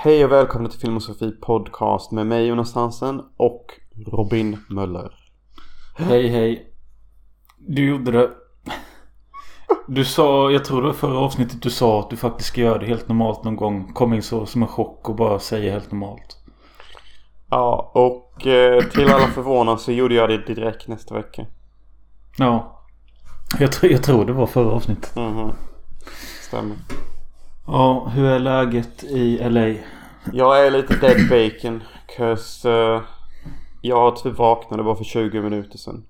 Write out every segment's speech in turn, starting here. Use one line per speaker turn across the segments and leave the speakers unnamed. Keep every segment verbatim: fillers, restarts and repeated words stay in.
Hej och välkomna till Filmosofi podcast med mig Jonas Hansen och Robin Möller.
Hej hej. Du gjorde det. Du sa, jag tror det var förra avsnittet du sa att du faktiskt ska göra det helt normalt någon gång. Kom in så som en chock och bara säga helt normalt.
Ja, och eh, till alla förvånade så gjorde jag det direkt nästa vecka.
Ja, jag, tr- jag tror det var förra avsnittet.
Mhm, stämmer.
Ja, hur är läget i L A?
Jag är lite dead bacon, cause uh, jag typ vaknade bara för tjugo minuter sedan.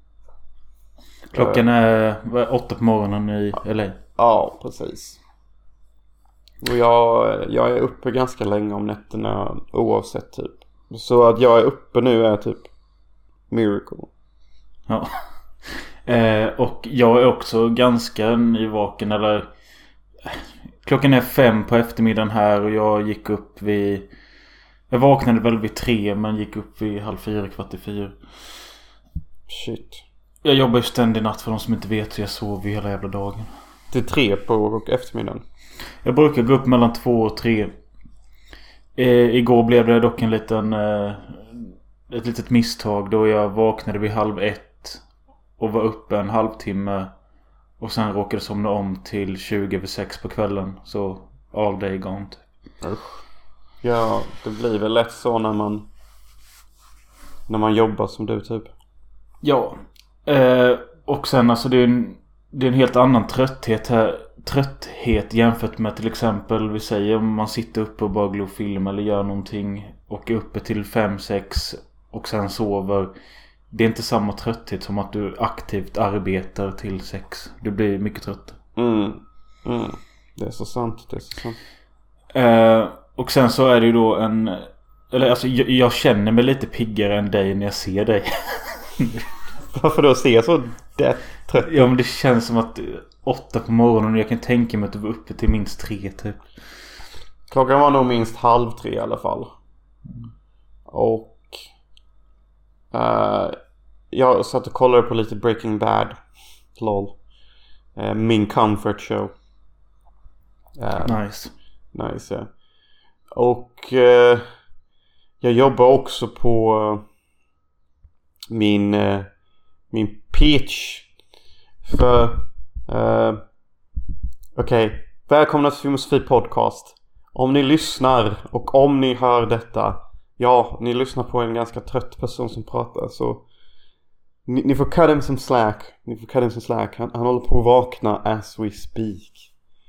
Klockan är vad, åtta på morgonen i L A.
Ja, precis. Och jag, jag är uppe ganska länge om nätterna oavsett typ. Så att jag är uppe nu är typ miracle.
Ja. Eh, och jag är också ganska nyvaken. Eller klockan är fem på eftermiddagen här och jag gick upp vid... Jag vaknade väl vid tre men gick upp vid halv fyra, kvart i fyra.
Shit.
Jag jobbar ju ständig natt för de som inte vet så jag sover hela jävla dagen.
Till tre på eftermiddagen.
Jag brukar gå upp mellan två och tre. Eh, igår blev det dock en liten... Eh, ett litet misstag då jag vaknade vid halv ett och var uppe en halvtimme. Och sen råkade somna om till tjugo över sex på kvällen. Så all day gone.
Ja, det blir väl lätt så när man när man jobbar som du typ.
Ja. Eh, och sen alltså det är, en, det är en helt annan trötthet här. Trötthet jämfört med till exempel vi säger om man sitter uppe och bara glor film eller gör någonting. Och är uppe till fem sex och sen sover. Det är inte samma trötthet som att du aktivt arbetar till sex. Du blir mycket trött.
Mm. Mm. Det är så sant, det är så sant.
Eh, och sen så är det ju då en... Eller alltså jag, jag känner mig lite piggare än dig när jag ser dig.
Varför då ser jag så det trött?
Ja men det känns som att åtta på morgonen och jag kan tänka mig att du var uppe till minst tre typ.
Klockan var nog minst halv tre i alla fall. Och uh, jag satt och kollade på lite Breaking Bad. Lol. Uh, min comfort show.
Uh, nice.
Nice, ja. Och uh, jag jobbar också på uh, min uh, min pitch för uh, okej, okay. Välkomna till Filmosofi podcast. Om ni lyssnar och om ni hör detta, ja, ni lyssnar på en ganska trött person som pratar, så ni, ni får cut him some slack. Ni får cut him some slack. Han, han håller på att vakna as we speak.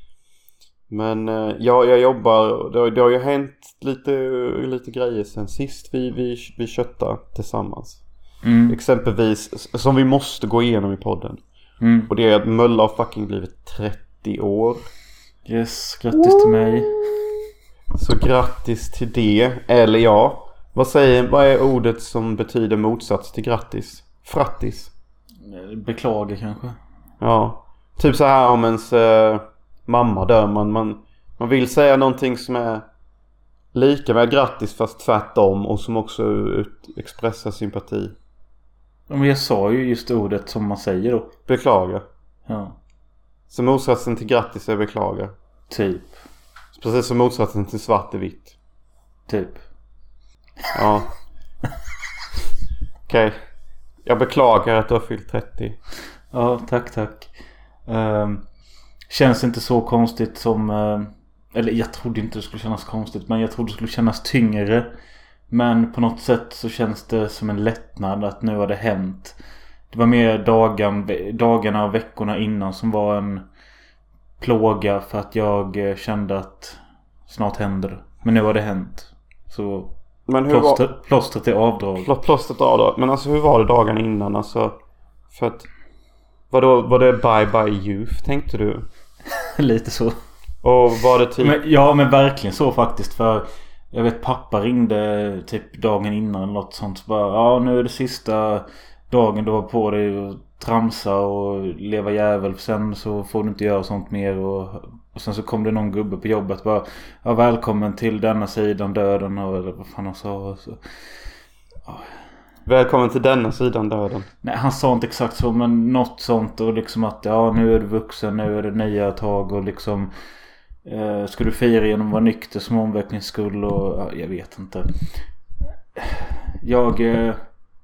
Men uh, ja, jag jobbar. Det har, det har ju hänt lite, lite grejer sen sist vi, vi, vi köttade tillsammans. Mm. Exempelvis, som vi måste gå igenom i podden. Mm. Och det är att Mölla har fucking blivit trettio år.
Yes, grattis till mig.
Så grattis till det. Eller ja, vad säger, vad är ordet som betyder motsats till grattis? Frattis.
Beklagar kanske.
Ja, typ så här om ens eh, mamma dör. Man, man, man vill säga någonting som är lika med grattis fast tvärtom. Och som också ut, expressar sympati.
Men jag sa ju just ordet som man säger då.
Beklaga.
Ja.
Så motsatsen till grattis är beklaga.
Typ.
Precis som motsatsen till svart är vitt.
Typ.
Ja. Okej. Okay. Jag beklagar att du har fyllt trettio.
Ja, tack, tack. Um, känns inte så konstigt som... Uh, eller jag trodde inte det skulle kännas konstigt. Men jag trodde det skulle kännas tyngre. Men på något sätt så känns det som en lättnad att nu har det hänt. Det var mer dagen, dagarna och veckorna innan som var en plåga för att jag kände att snart händer det. Men nu har det hänt. Så
men hur
plåster,
var...
plåstret är avdrag.
Plå, plåstret är avdrag. Men alltså hur var det dagarna innan? Alltså, för att... Vadå, var det bye bye youth, tänkte du?
Lite så.
Och var det typ...
Men, ja, men verkligen så faktiskt. För jag vet pappa ringde typ dagen innan eller något sånt. Så bara, ja nu är det sista dagen du har på dig och tramsa och leva jävel. Sen så får du inte göra sånt mer. Och, och sen så kom det någon gubbe på jobbet. Bara, ja, välkommen till denna sidan döden. Och, eller vad fan han sa. Så, ja.
Välkommen till denna sidan döden.
Nej, han sa inte exakt så. Men något sånt. Och liksom att ja, nu är du vuxen. Nu är det nya tag. Och liksom Uh, ska du fira genom att vara nykter som omväxlings skull och uh, jag vet inte. Jag uh,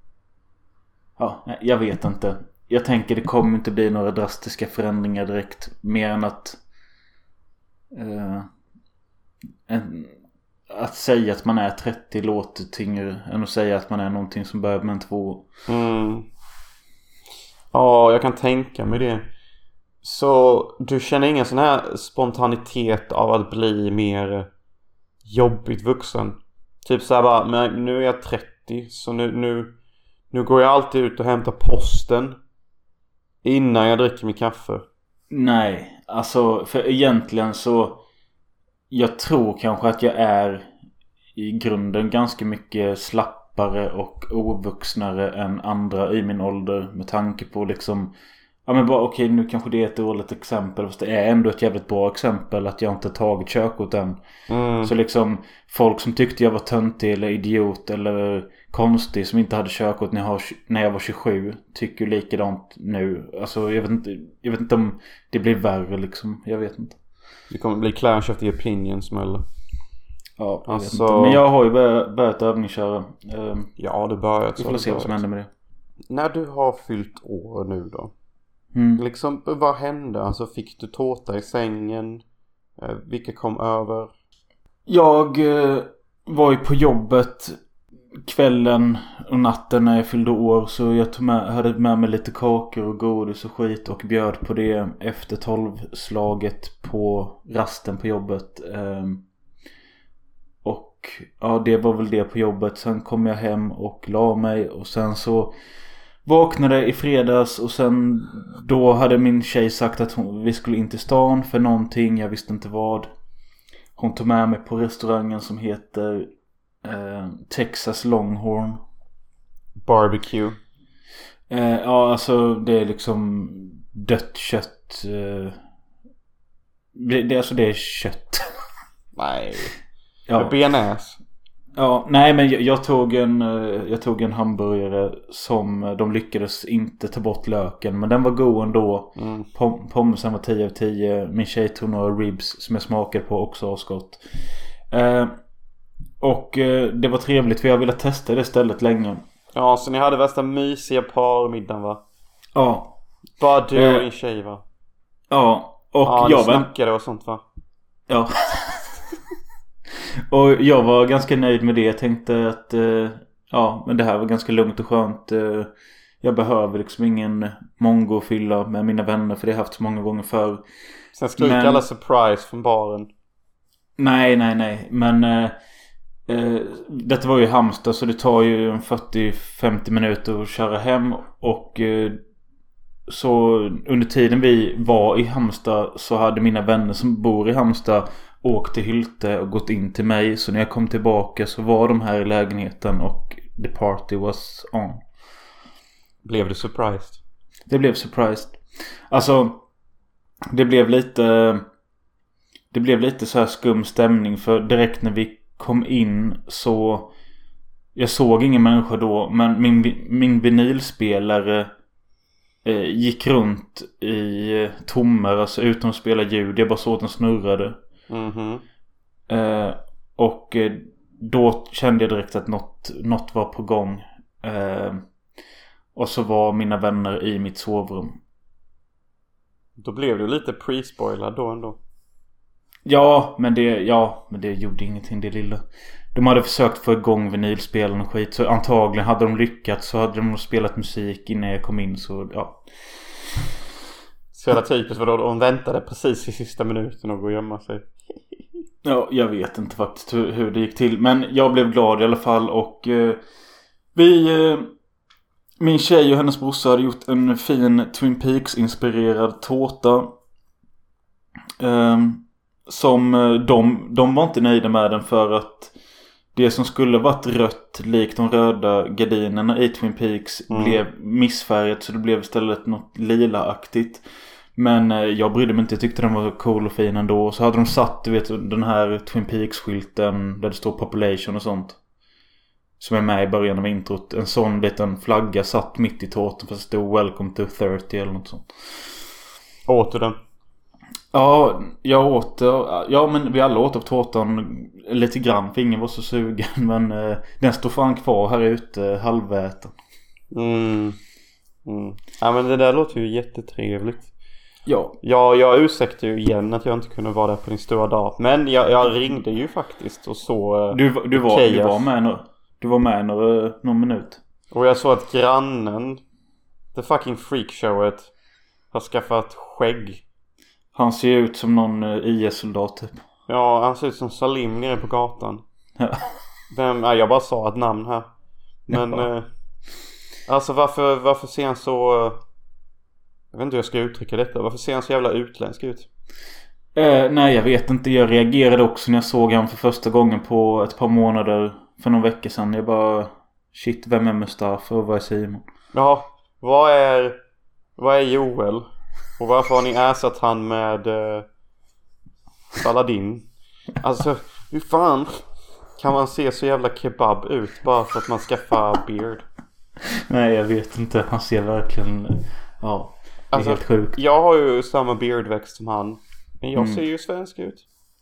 ja, jag vet inte. Jag tänker det kommer inte bli några drastiska förändringar direkt, mer än att uh, en, att säga att man är trettio låter tyngre än att säga att man är någonting som börjar med en två.
Mm. Ja, jag kan tänka mig det. Så du känner ingen sån här spontanitet av att bli mer jobbigt vuxen? Typ så här bara, men nu är jag trettio, så nu, nu, nu går jag alltid ut och hämtar posten innan jag dricker min kaffe.
Nej, alltså för egentligen så jag tror kanske att jag är i grunden ganska mycket slappare och ovuxnare än andra i min ålder, med tanke på liksom, ja men bara okej, okay, nu kanske det är ett dåligt exempel, fast det är ändå ett jävligt bra exempel att jag inte tagit körkort än. Mm. Så liksom folk som tyckte jag var töntig eller idiot eller konstig som inte hade körkort när jag, har, när jag var tjugosju tycker likadant nu. Alltså jag vet inte, jag vet inte om det blir värre liksom, jag vet inte.
Det kommer bli clash of the opinions, eller?
Ja, jag alltså... vet inte. Men jag har ju börjat, börjat övningsköra.
Ja, du börjat.
Vi får se vad som händer med det.
När du har fyllt år nu då?
Mm.
Liksom, vad hände? Alltså, fick du tårta i sängen? Eh, vilka kom över?
Jag eh, var ju på jobbet kvällen och natten när jag fyllde år. Så jag tog med, hade med mig lite kakor och godis och skit och bjöd på det efter tolvslaget på rasten på jobbet. Eh, och ja, det var väl det på jobbet. Sen kom jag hem och la mig och sen så vaknade i fredags och sen då hade min tjej sagt att hon, vi skulle in till stan för någonting, jag visste inte vad. Hon tog med mig på restaurangen som heter eh, Texas Longhorn
Barbecue.
eh, Ja, alltså det är liksom dött kött. eh, det, det, Alltså det är kött.
Nej.
Ja.
Benäs.
Ja, nej men jag, jag tog en jag tog en hamburgare som de lyckades inte ta bort löken, men den var god ändå.
Mm.
Pom- Pommesen var tio av tio. Min tjej tog några ribs som jag smakade på också och skott. Eh, och eh, det var trevligt för jag ville testa det stället länge.
Ja, så ni hade värsta mysiga parmiddagen, va?
Ja.
Bara du och
eh,
din tjej, va?
Ja, och
ja,
jag
snackade och sånt, va?
Ja. Och jag var ganska nöjd med det. Jag tänkte att eh, ja, men det här var ganska lugnt och skönt. eh, Jag behöver liksom ingen mongo fylla med mina vänner, för det har jag haft så många gånger förr.
Sen skriker men... alla surprise från baren.
Nej, nej, nej. Men eh, eh, detta var ju Halmstad, så det tar ju fyrtio till femtio minuter att köra hem. Och eh, så under tiden vi var i Halmstad så hade mina vänner som bor i Halmstad åkt till Hylte och gått in till mig. Så när jag kom tillbaka så var de här i lägenheten och the party was on.
Blev du surprised?
Det blev surprised. Alltså det blev lite Det blev lite så här skum stämning, för direkt när vi kom in så jag såg ingen människa då, men min, min vinylspelare eh, gick runt i eh, tommer, alltså utan att spela ljud. Jag bara såg att den snurrade.
Mhm.
Eh, och eh, då kände jag direkt att något, något var på gång. Eh, och så var mina vänner i mitt sovrum.
Då blev du lite pre-spoilad då ändå.
Ja, men det, ja, men det gjorde ingenting, det lilla. De hade försökt få igång vinylspelen och skit, så antagligen hade de lyckats, så hade de spelat musik innan jag kom in, så ja.
Så jävla typiskt, vadå? De väntade precis i sista minuten och gå och gömma sig.
Ja, jag vet inte faktiskt hur, hur det gick till. Men jag blev glad i alla fall. Och eh, vi eh, min tjej och hennes brorsa hade gjort en fin Twin Peaks-inspirerad tårta. Eh, som de, de var inte nöjda med den, för att det som skulle varit rött likt de röda gardinerna i Twin Peaks mm. blev missfärgat, så det blev istället något lilaaktigt. Men eh, jag brydde mig inte, jag tyckte den var cool och fin ändå. Så hade de satt, du vet, den här Twin Peaks-skylten där det står population och sånt, som är med i början av introt. En sån liten flagga satt mitt i tårtan, för det stod welcome to thirty eller något sånt.
Åt du den?
Ja, jag åt. Ja, men vi alla åt av tårtan lite grann, för ingen var så sugen. Men eh, den står fan kvar här ute, halväten.
Mm. Mm. Ja, men det där låter ju jättetrevligt.
Ja.
Ja, jag ursäktar ju igen att jag inte kunde vara där på din stora dag. Men jag, jag ringde ju faktiskt och så...
Du, du, var, du var med några, du var med några, någon minut.
Och jag såg att grannen, the fucking freakshowet, har skaffat skägg.
Han ser ut som någon I S-soldat typ.
Ja, han ser ut som Salim nere på gatan.
Ja.
Vem, ja, jag bara sa ett namn här. Men
Ja.
eh, alltså varför, varför ser han så eh, jag vet inte hur jag ska uttrycka detta. Varför ser han så jävla utländsk ut?
Eh, nej, jag vet inte. Jag reagerade också när jag såg han för första gången på ett par månader för någon vecka sedan. Jag bara, shit, vem är Mustafa och vad är Simon?
Ja, vad är vad är Joel? Och varför har ni ersatt han med eh, Saladin? Alltså, hur fan kan man se så jävla kebab ut bara för att man skaffar beard?
Nej, jag vet inte. Han ser verkligen... Ja, det är
alltså,
helt sjukt.
Jag har ju samma beardväxt som han. Men jag
Mm.
ser ju svensk ut.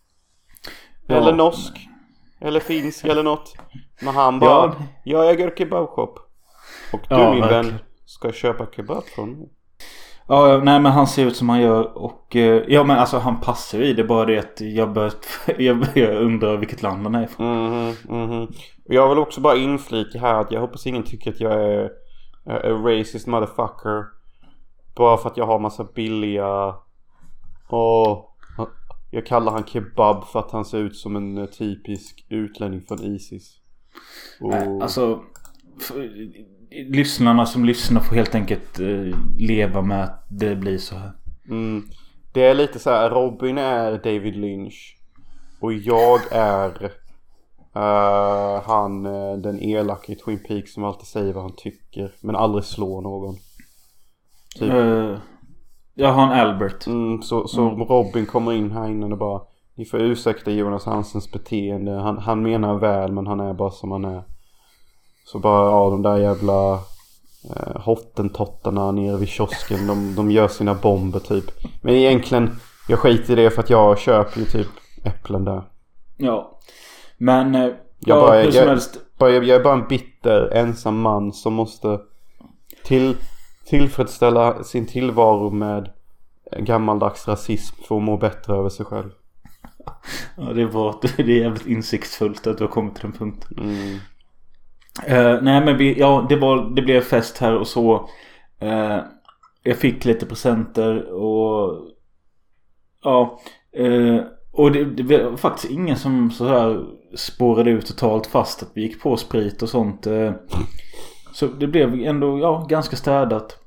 Eller
Ja.
norsk. Eller finsk eller något. Men han bara,
Ja.
ja, jag går kebabshop. Och du
Ja,
min
verkligen.
vän ska köpa kebab från mig.
Ja, nej, men han ser ut som han gör. Och eh, ja, men alltså han passar i det. Bara det att jag börjar, jag börjar undra vilket land han är ifrån.
Mhm, mhm. Och jag vill också bara inflika här att jag hoppas ingen tycker att jag är a racist motherfucker. Bara för att jag har massa billiga... Åh, jag kallar han kebab för att han ser ut som en eh, typisk utlänning från ISIS. Och...
Nej, alltså... För, lyssnarna som lyssnar får helt enkelt eh, leva med att det blir så här.
Mm. Det är lite så här, Robin är David Lynch. Och jag är uh, han, uh, den elaka i Twin Peaks som alltid säger vad han tycker men aldrig slår någon. Typ.
Uh, jag har en Albert.
Mm, så så
Mm.
Robin kommer in här inne och bara, ni får ursäkta Jonas Hansens beteende. Han, han menar väl men han är bara som han är. Så bara, ja, de där jävla eh, hottentottarna nere vid kiosken, de, de gör sina bomber typ. Men egentligen, jag skiter i det för att jag köper ju typ äpplen där.
Ja. Men, eh,
Jag,
ja,
bara,
hur som
jag,
helst.
bara, jag, jag är bara en bitter, ensam man som måste till, tillfredsställa sin tillvaro med gammaldags rasism för att må bättre över sig själv.
Ja, det var det är jävligt insiktsfullt att du har kommit till den punkten.
Mm.
Uh, nej, men vi, ja, det, var, det blev fest här och så. Uh, jag fick lite presenter och ja, uh, och det, det var faktiskt ingen som så här spårade ut totalt fast att vi gick på sprit och sånt. Uh, så det blev ändå, ja, ganska städat.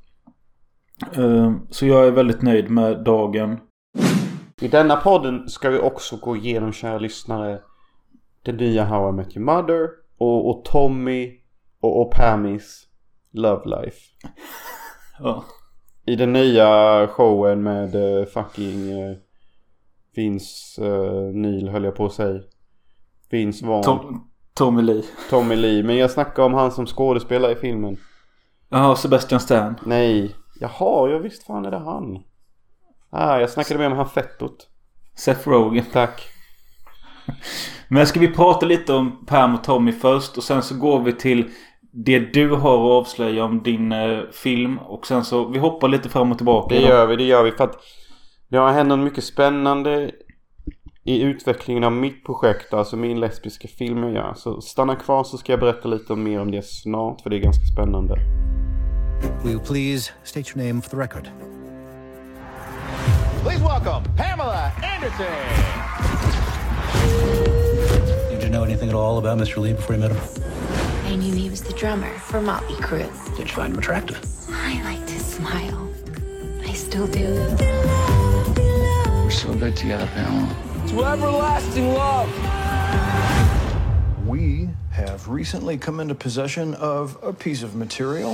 Uh, så jag är väldigt nöjd med dagen.
I denna podden ska vi också gå igenom, kära lyssnare, den nya How I Met Your Mother och, och Tommy och, och Pamis Love Life.
Ja.
I den nya showen med uh, fucking uh, Vince uh, Neil höll jag på att säga. Vince Vaughn.
Tom, Tommy Lee.
Tommy Lee. Men jag snackar om han som skådespelar i filmen.
Jaha, Sebastian Stan.
Nej. Jaha, jag visst fan är det han. Ah, jag snackade med om han fettot.
Seth Rogen.
Tack.
Men ska vi prata lite om Pam och Tommy först, och sen så går vi till det du har att avslöja om din eh, film, och sen så vi hoppar lite fram och tillbaka.
Det gör vi, det gör vi för att det har hänt något mycket spännande i utvecklingen av mitt projekt, alltså min lesbiska film jag gör. Så stanna kvar så ska jag berätta lite mer om det snart, för det är ganska spännande.
Will you please state your name for the record?
Please welcome Pamela Anderson.
Did you know anything at all about Mister Lee before you met him?
I knew he was the drummer for Motley Crue.
Did you find him attractive?
I liked his smile. I still do.
We're so good together, Pamela.
To everlasting love.
We have recently come into possession of a piece of material.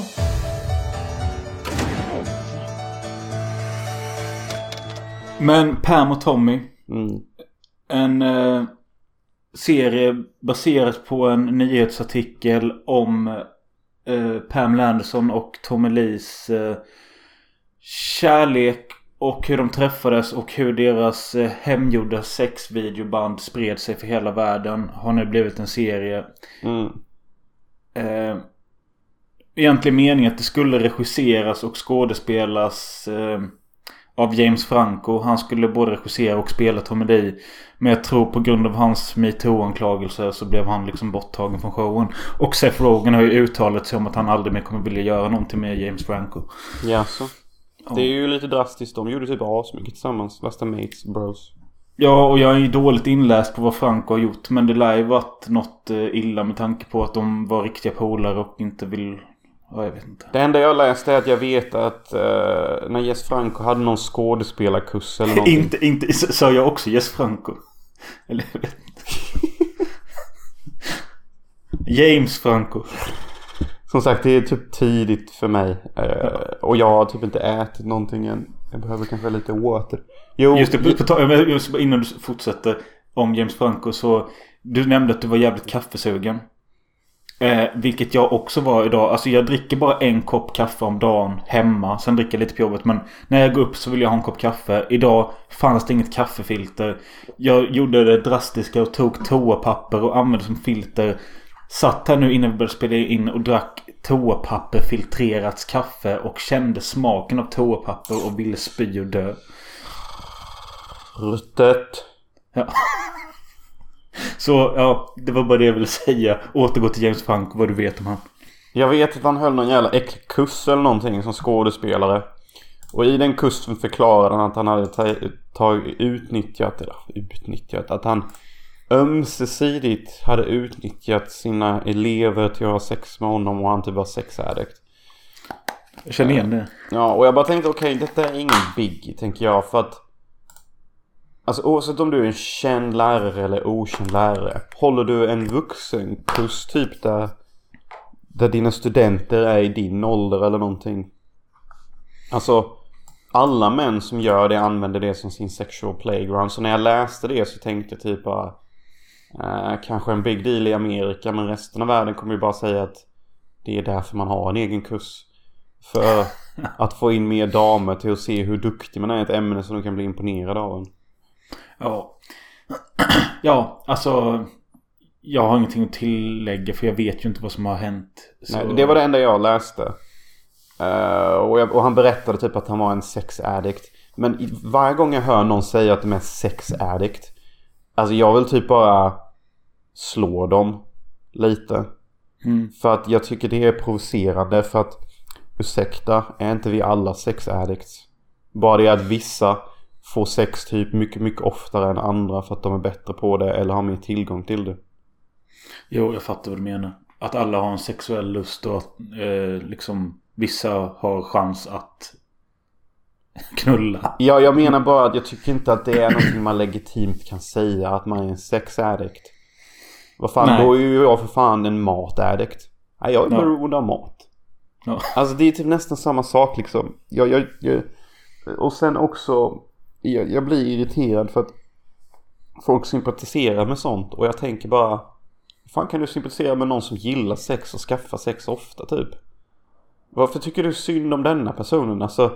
Men Pam och Tommy,
Mm.
en eh, serie baserad på en nyhetsartikel om eh, Pam Anderson och Tommy Lees eh, kärlek Och hur de träffades och hur deras eh, hemgjorda sexvideoband spred sig för hela världen har nu blivit en serie.
Mm.
Eh, egentligen meningen att det skulle regisseras och skådespelas eh, av James Franco. Han skulle både regissera och spela Tommy Lee. Men jag tror på grund av hans MeToo-anklagelser så blev han liksom borttagen från showen. Och Seth Rogen har ju uttalat sig om att han aldrig mer kommer vilja göra någonting med James Franco.
Jaså. Det är ju lite drastiskt. De gjorde typ asmycket tillsammans. Värsta mates, bros.
Ja, och jag är ju dåligt inläst på vad Franco har gjort. Men det lär ju varit något illa med tanke på att de var riktiga polare och inte vill... Ja, jag vet inte.
Det enda jag läste är att jag vet att uh, när Jess Franco hade någon skådespelarkurs eller någonting.
inte, inte, sa jag också Jess Franco? Eller jag vet inte. James Franco.
Som sagt, det är typ tidigt för mig. Uh, ja. Och jag har typ inte ätit någonting än. Jag behöver kanske lite water. Jo,
just det, på, på, just innan du fortsätter om James Franco så... Du nämnde att du var jävligt kaffesugen. Eh, vilket jag också var idag. Alltså jag dricker bara en kopp kaffe om dagen hemma. Sen dricker jag lite på jobbet. Men när jag går upp så vill jag ha en kopp kaffe. Idag fanns det inget kaffefilter. Jag gjorde det drastiska och tog toapapper och använde som filter. Satt här nu innan vi började spela in och drack toapapper, filtrerats kaffe och kände smaken av toapapper och ville spy och dö.
Ruttet.
Ja. Så ja, det var bara det jag ville säga. Återgå till James Franco, vad du vet om han.
Jag vet att han höll någon jävla äcklig kurs eller någonting som skådespelare. Och i den kursen förklarade han att han hade tagit utnyttjat, eller utnyttjat, att han ömsesidigt hade utnyttjat sina elever till att ha sex med honom och han typ var sexaddict.
Jag känner igen det.
Ja, och jag bara tänkte okej, okay, detta är ingen big, tänker jag, för att alltså oavsett om du är en känd lärare eller okänd lärare, håller du en vuxenkurs typ där där dina studenter är i din ålder eller någonting. Alltså alla män som gör det använder det som sin sexual playground. Så när jag läste det så tänkte jag typ bara eh, kanske en big deal i Amerika, men resten av världen kommer ju bara säga att det är därför man har en egen kurs. För att få in mer damer till att se hur duktig man är i ett ämne så de kan bli imponerade av en. Ja.
Ja, alltså jag har ingenting att tillägga för jag vet ju inte vad som har hänt.
Så... Nej, det var det enda jag läste. Uh, och, jag, och han berättade typ att han var en sexaddict. Men i, varje gång jag hör någon säga att de är sexaddict, alltså jag vill typ bara slå dem lite. Mm. För att jag tycker det är provocerande. För att, ursäkta, är inte vi alla sexaddicts? Bara det att vissa får sex typ mycket, mycket oftare än andra för att de är bättre på det eller har mer tillgång till det.
Jo, jag fattar vad du menar. Att alla har en sexuell lust och att eh, liksom vissa har chans att knulla.
Ja, jag menar bara att jag tycker inte att det är någonting man legitimt kan säga att man är en sexaddict. Vad fan, Nej. Då är ju jag för fan en mataddict. Nej, jag är ja. beroende av mat. Ja. Alltså det är typ nästan samma sak liksom. Jag, jag, jag, och sen också jag, jag blir irriterad för att folk sympatiserar med sånt. Och jag tänker bara, hur fan kan du sympatisera med någon som gillar sex och skaffar sex ofta typ? Varför tycker du synd om denna personen? Alltså,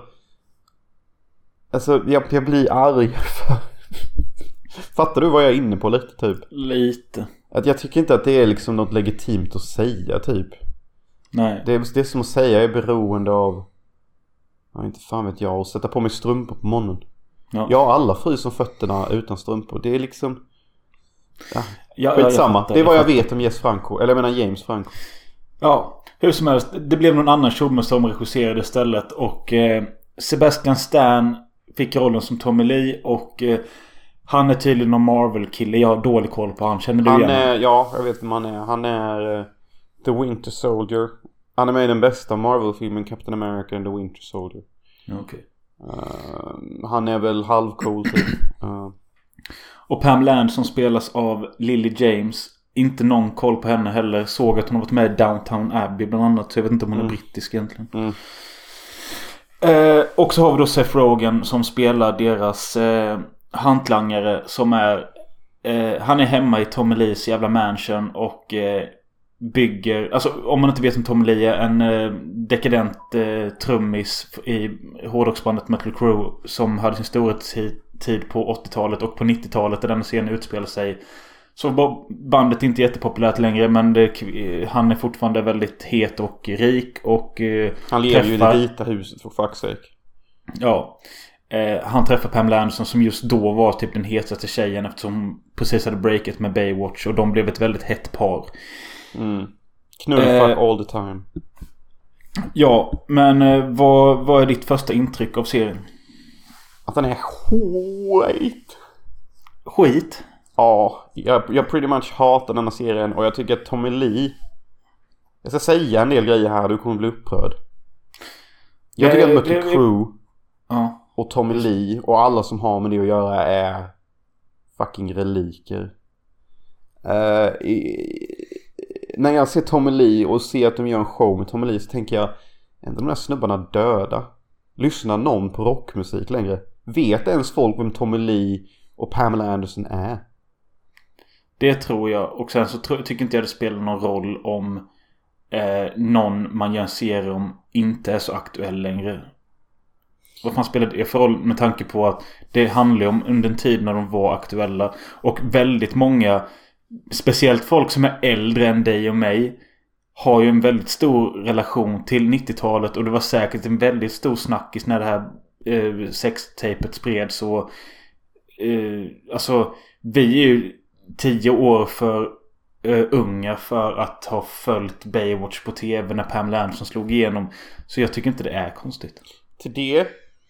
alltså jag, jag blir arg för... Fattar du vad jag är inne på lite typ?
Lite.
Att jag tycker inte att det är liksom något legitimt att säga typ.
Nej.
Det är, det är som att säga jag är beroende av, jag inte fan vet jag, att sätta på mig strumpor på morgonen. Ja. Jag har alla fryser om fötterna utan strumpor. Det är liksom ja,
ja,
skitsamma.
Ja, fattar,
det är vad jag,
jag
vet om Jess Franco. Eller jag menar James Franco.
Ja, hur som helst. Det blev någon annan tjomme som regisserade istället. Och eh, Sebastian Stan fick rollen som Tommy Lee. Och eh, han är tydligen någon Marvel-kille. Jag har dålig koll på han. Känner du
han
igen
är, ja, jag vet vem han är. Han är uh, The Winter Soldier. Han är med i den bästa Marvel-filmen Captain America and the Winter Soldier.
Okej. Okay.
Uh, han är väl halvcool typ. Uh.
Och Pam Land som spelas av Lily James. Inte någon koll på henne heller. Såg att hon har varit med i Downton Abbey bland annat. Så jag vet inte om hon är mm. brittisk egentligen.
Mm.
Eh, och så har vi då Seth Rogen som spelar deras eh, hantlangare som är... Eh, han är hemma i Tommy Lees jävla mansion och... Eh, bygger, alltså om man inte vet om Tommy Lee är en eh, dekadent eh, trummis i hårdrocksbandet Mötley Crüe som hade sin storhetstid på åttiotalet och på nittiotalet där den scenen utspelar sig. Så var bandet inte jättepopulärt längre, men det, han är fortfarande väldigt het och rik och eh,
han lever ju i
träffar,
det vita huset för fuck's sake.
Ja. Eh, han träffar Pamela Anderson som just då var typ den hetaste tjejen eftersom hon precis hade breakat med Baywatch och de blev ett väldigt hett par.
Mm. Knullfuck eh, all the time.
Ja, men eh, vad, vad är ditt första intryck av serien?
Att den är skit.
Skit?
Ja, jag, jag pretty much hatar denna serien och jag tycker att Tommy Lee, jag ska säga en del grejer här, du kommer bli upprörd. Jag tycker att Mötley Crüe
ja.
och Tommy Lee och alla som har med det att göra är fucking reliker. Uh, i, när jag ser Tommy Lee och ser att de gör en show med Tommy Lee så tänker jag, är inte de där snubbarna döda? Lyssnar någon på rockmusik längre? Vet ens folk vem Tommy Lee och Pamela Anderson är?
Det tror jag. Och sen så tror, tycker inte jag det spelar någon roll om eh, någon man gör en serie om inte är så aktuell längre. Vad fan spelar det för roll med tanke på att det handlar om under en tid när de var aktuella. Och väldigt många, speciellt folk som är äldre än dig och mig, har ju en väldigt stor relation till nittiotalet. Och det var säkert en väldigt stor snackis när det här eh, sextapet spreds. Och eh, alltså, vi är ju tio år för uh, unga för att ha följt Baywatch på tv när Pamela Anderson slog igenom. Så jag tycker inte det är konstigt.
Till det,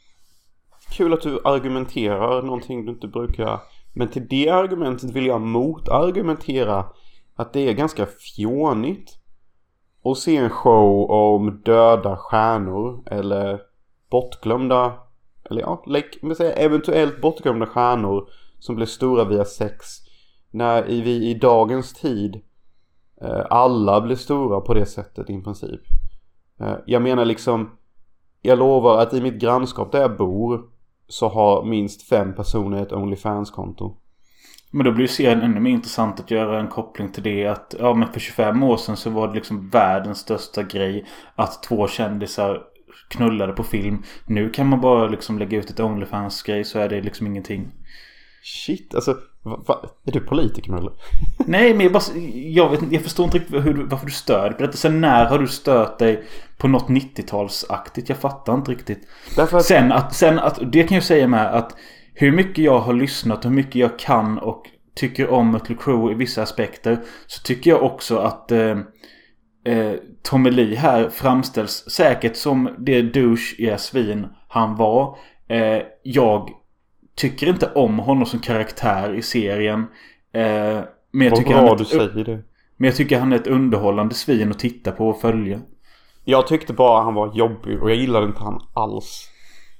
kul att du argumenterar någonting du inte brukar. Men till det argumentet vill jag motargumentera att det är ganska fjånigt att se en show om döda stjärnor eller bortglömda, eller ja, like, men säga, eventuellt bortglömda stjärnor som blir stora via sex. När vi i dagens tid eh, alla blir stora på det sättet i princip. Eh, jag menar liksom, jag lovar att i mitt grannskap där jag bor så har minst fem personer ett OnlyFans-konto.
Men då blir ju serien ännu mer intressant att göra en koppling till det att ja, men för tjugofem år sedan så var det liksom världens största grej att två kändisar knullade på film. Nu kan man bara liksom lägga ut ett OnlyFans-grej så är det liksom ingenting.
Shit, alltså va, va, är du politiker eller?
Nej, men jag, bara, jag, vet, jag förstår inte riktigt hur, varför du stör dig på detta. Sen när har du stört dig på något nittiotalsaktigt? Jag fattar inte riktigt. Därför att... Sen, att, sen att, det kan jag säga med att hur mycket jag har lyssnat och hur mycket jag kan och tycker om Mötley Crüe i vissa aspekter, så tycker jag också att eh, eh, Tommy Lee här framställs säkert som det douche i svin han var. Eh, jag tycker inte om honom som karaktär i serien. Eh, men jag tycker
bra
han
du säger det.
Men jag tycker han är ett underhållande svin att titta på och följa.
Jag tyckte bara han var jobbig och jag gillade inte han alls.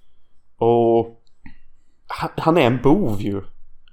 Och han, han är en bov ju.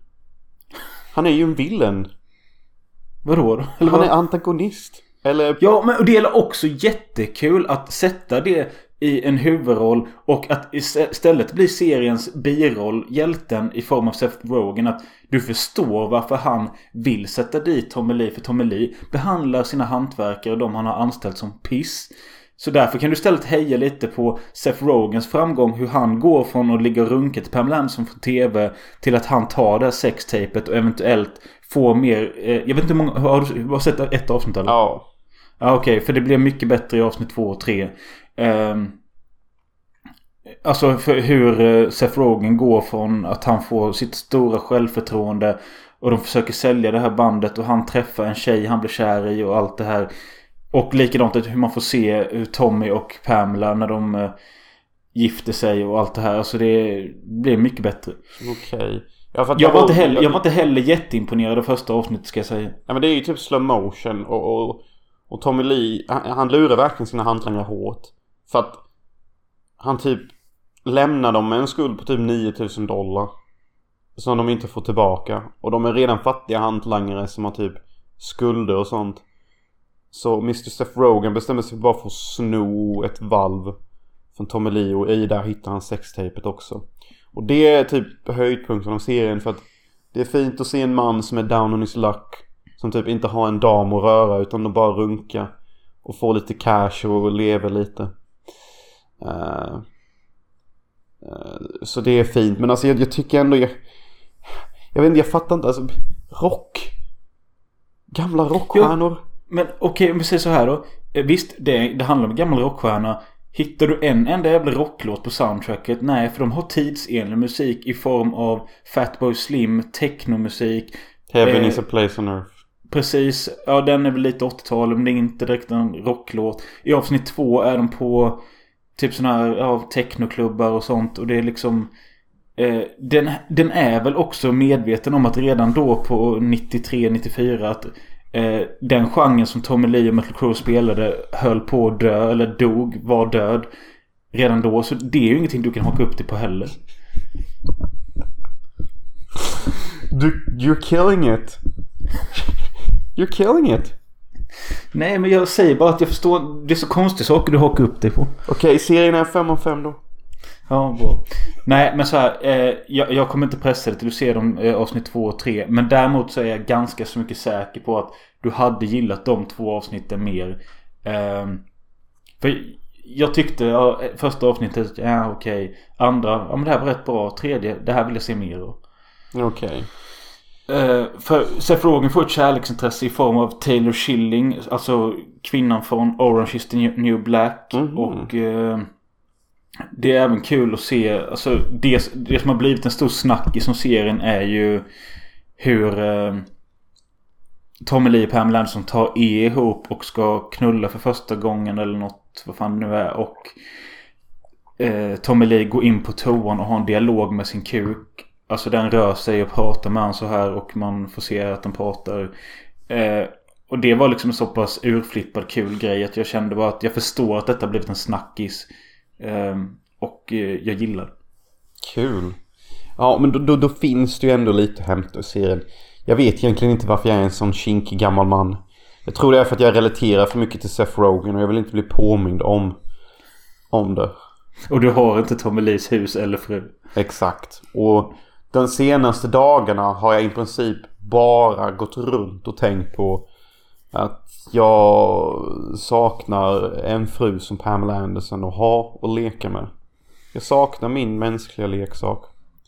Han är ju en villain.
Vadå?
Eller han är antagonist. Eller...
Ja, men det är också jättekul att sätta det i en huvudroll och att istället blir seriens biroll hjälten i form av Seth Rogen, att du förstår varför han vill sätta dit Tommy Lee, för Tommy Lee behandlar sina hantverkare och de han har anställt som piss. Så därför kan du istället heja lite på Seth Rogens framgång, hur han går från att ligga runket till Pamela Anderson på tv till att han tar det här sextapet och eventuellt får mer, eh, jag vet inte hur många, har du, har du sett ett avsnitt eller?
Ja.
Ja, okej, okay, för det blir mycket bättre i avsnitt två och tre. Um, alltså för hur Seth Rogen går från att han får sitt stora självförtroende och de försöker sälja det här bandet och han träffar en tjej han blir kär i och allt det här. Och likadant hur man får se hur Tommy och Pamela när de uh, gifter sig och allt det här. Alltså det blir mycket bättre.
Okej. Okay. Ja,
jag, var inte heller, jag var inte heller jätteimponerad av första avsnittet, ska jag säga.
Ja, men det är ju typ slow motion och, och, och Tommy Lee, han, han lurar verkligen sina handlingar hårt. För att han typ lämnar dem med en skuld på typ nio tusen dollar som de inte får tillbaka. Och de är redan fattiga hantlangare som har typ skulder och sånt. Så mister Seth Rogen bestämmer sig bara för att sno ett valv från Tommy Lee, och i där hittar han sextapet också. Och det är typ höjdpunkten av serien, för att det är fint att se en man som är down on his luck som typ inte har en dam att röra utan de bara runka och får lite cash och lever lite. Uh, uh, så det är fint. Men alltså jag, jag tycker ändå jag, jag vet inte, jag fattar inte alltså, rock gamla rockstjärnor.
Jo, men okej, okay, om vi säger så här då. Visst, det, det handlar om gamla rockstjärnor. Hittar du en enda jävla rocklåt på soundtracket? Nej, för de har tidsenlig musik i form av Fatboy Slim, technomusik.
Heaven
eh,
is a place on earth.
Precis, ja den är väl lite åttiotal, men det är inte direkt en rocklåt. I avsnitt två är de på typ såna här ja, technoklubbar och sånt. Och det är liksom eh, den, den är väl också medveten om att redan då på nittiotre nittiofyra att eh, den genren som Tommy Lee och Mötley Crüe spelade höll på att dö eller dog, var död redan då. Så det är ju ingenting du kan haka upp dig på heller.
Du, you're killing it. You're killing it.
Nej, men jag säger bara att jag förstår. Det är så konstiga saker du hakar upp dig på.
Okej, okay, serien är fem av fem då.
Ja, bra. Nej, men så här eh, jag, jag kommer inte pressa dig till att se dem eh, avsnitt två och tre. Men däremot så är jag ganska så mycket säker på att du hade gillat de två avsnitten mer. eh, För jag tyckte ja, första avsnittet, ja okej okay. Andra, ja men det här var rätt bra. Tredje, det här vill jag se mer av.
Okej okay.
Uh, för Seth Rogen får ett kärleksintresse i form av Taylor Schilling, alltså kvinnan från Orange is the New Black. Mm-hmm. Och uh, det är även kul att se, alltså det, det som har blivit en stor snackis som serien är ju hur uh, Tommy Lee och Pamela Anderson tar E ihop och ska knulla för första gången eller något, vad fan det nu är. Och uh, Tommy Lee går in på toan och har en dialog med sin kuk. Alltså den rör sig och pratar med han så här och man får se att de pratar. Eh, och det var liksom en så pass urflippad kul grej att jag kände bara att jag förstår att detta har blivit en snackis. Eh, och eh, jag gillar.
Kul. Ja, men då, då, då finns det ju ändå lite hämta i serien. Jag vet egentligen inte varför jag är en sån kinkig gammal man. Jag tror det är för att jag relaterar för mycket till Seth Rogen och jag vill inte bli påmind om, om det.
Och du har inte Tommy Lees hus eller fru.
Exakt. Och de senaste dagarna har jag i princip bara gått runt och tänkt på att jag saknar en fru som Pamela Anderson att ha och leka med. Jag saknar min mänskliga leksak.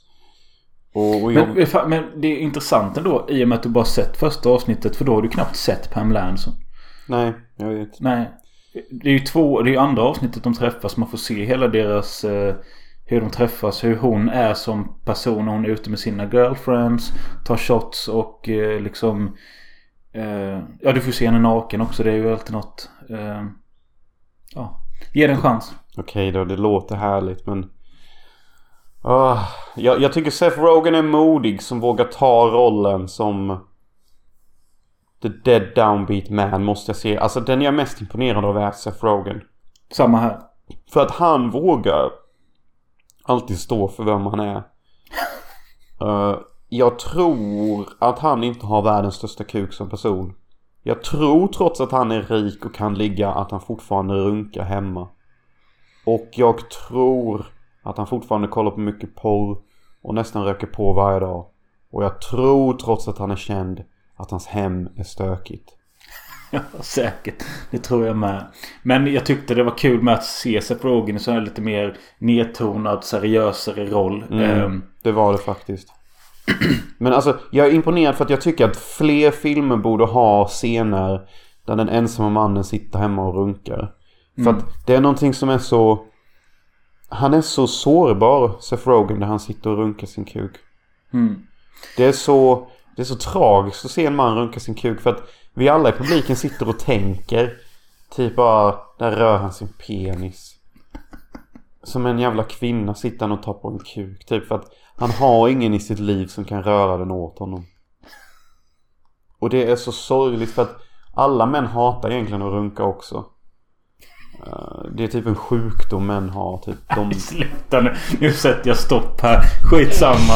Och, och jag...
men, men det är intressant ändå i och med att du bara sett första avsnittet, för då har du knappt sett Pamela Anderson.
Nej, jag vet.
Nej. Det är ju två, det är ju andra avsnittet de träffas. Man får se hela deras eh, hur de träffas, hur hon är som person när hon är ute med sina girlfriends, tar shots och eh, liksom eh, ja, du får se henne naken också. Det är ju alltid något eh, ja, ge den en chans.
Okej då, det låter härligt. Men uh, jag, jag tycker Seth Rogen är modig som vågar ta rollen som the dead downbeat man, måste jag säga. Alltså den jag är mest imponerad av är Seth Rogen.
Samma här.
För att han vågar alltid stå för vem han är. uh, Jag tror att han inte har världens största kuk som person. Jag tror trots att han är rik och kan ligga att han fortfarande runkar hemma. Och jag tror att han fortfarande kollar på mycket porr och nästan röker på varje dag. Och jag tror trots att han är känd att hans hem är stökigt.
Ja, säkert. Det tror jag med. Men jag tyckte det var kul med att se Seth Rogen i så här lite mer nedtonad, seriösare roll.
Mm,
um.
Det var det faktiskt. Men alltså, jag är imponerad för att jag tycker att fler filmer borde ha scener där den ensamma mannen sitter hemma och runkar. För mm. att det är någonting som är så... Han är så sårbar, Seth Rogen, där han sitter och runkar sin kuk.
Mm.
Det är så... Det är så tragiskt att se en man runka sin kuk. För att vi alla i publiken sitter och tänker typ bara, där rör han sin penis. Som en jävla kvinna sitter han och tar på en kuk. Typ för att han har ingen i sitt liv som kan röra den åt honom. Och det är så sorgligt för att alla män hatar egentligen att runka också. Det är typ en sjukdom män har typ de...
Sluta nu, nu sätter jag stopp här. Skitsamma.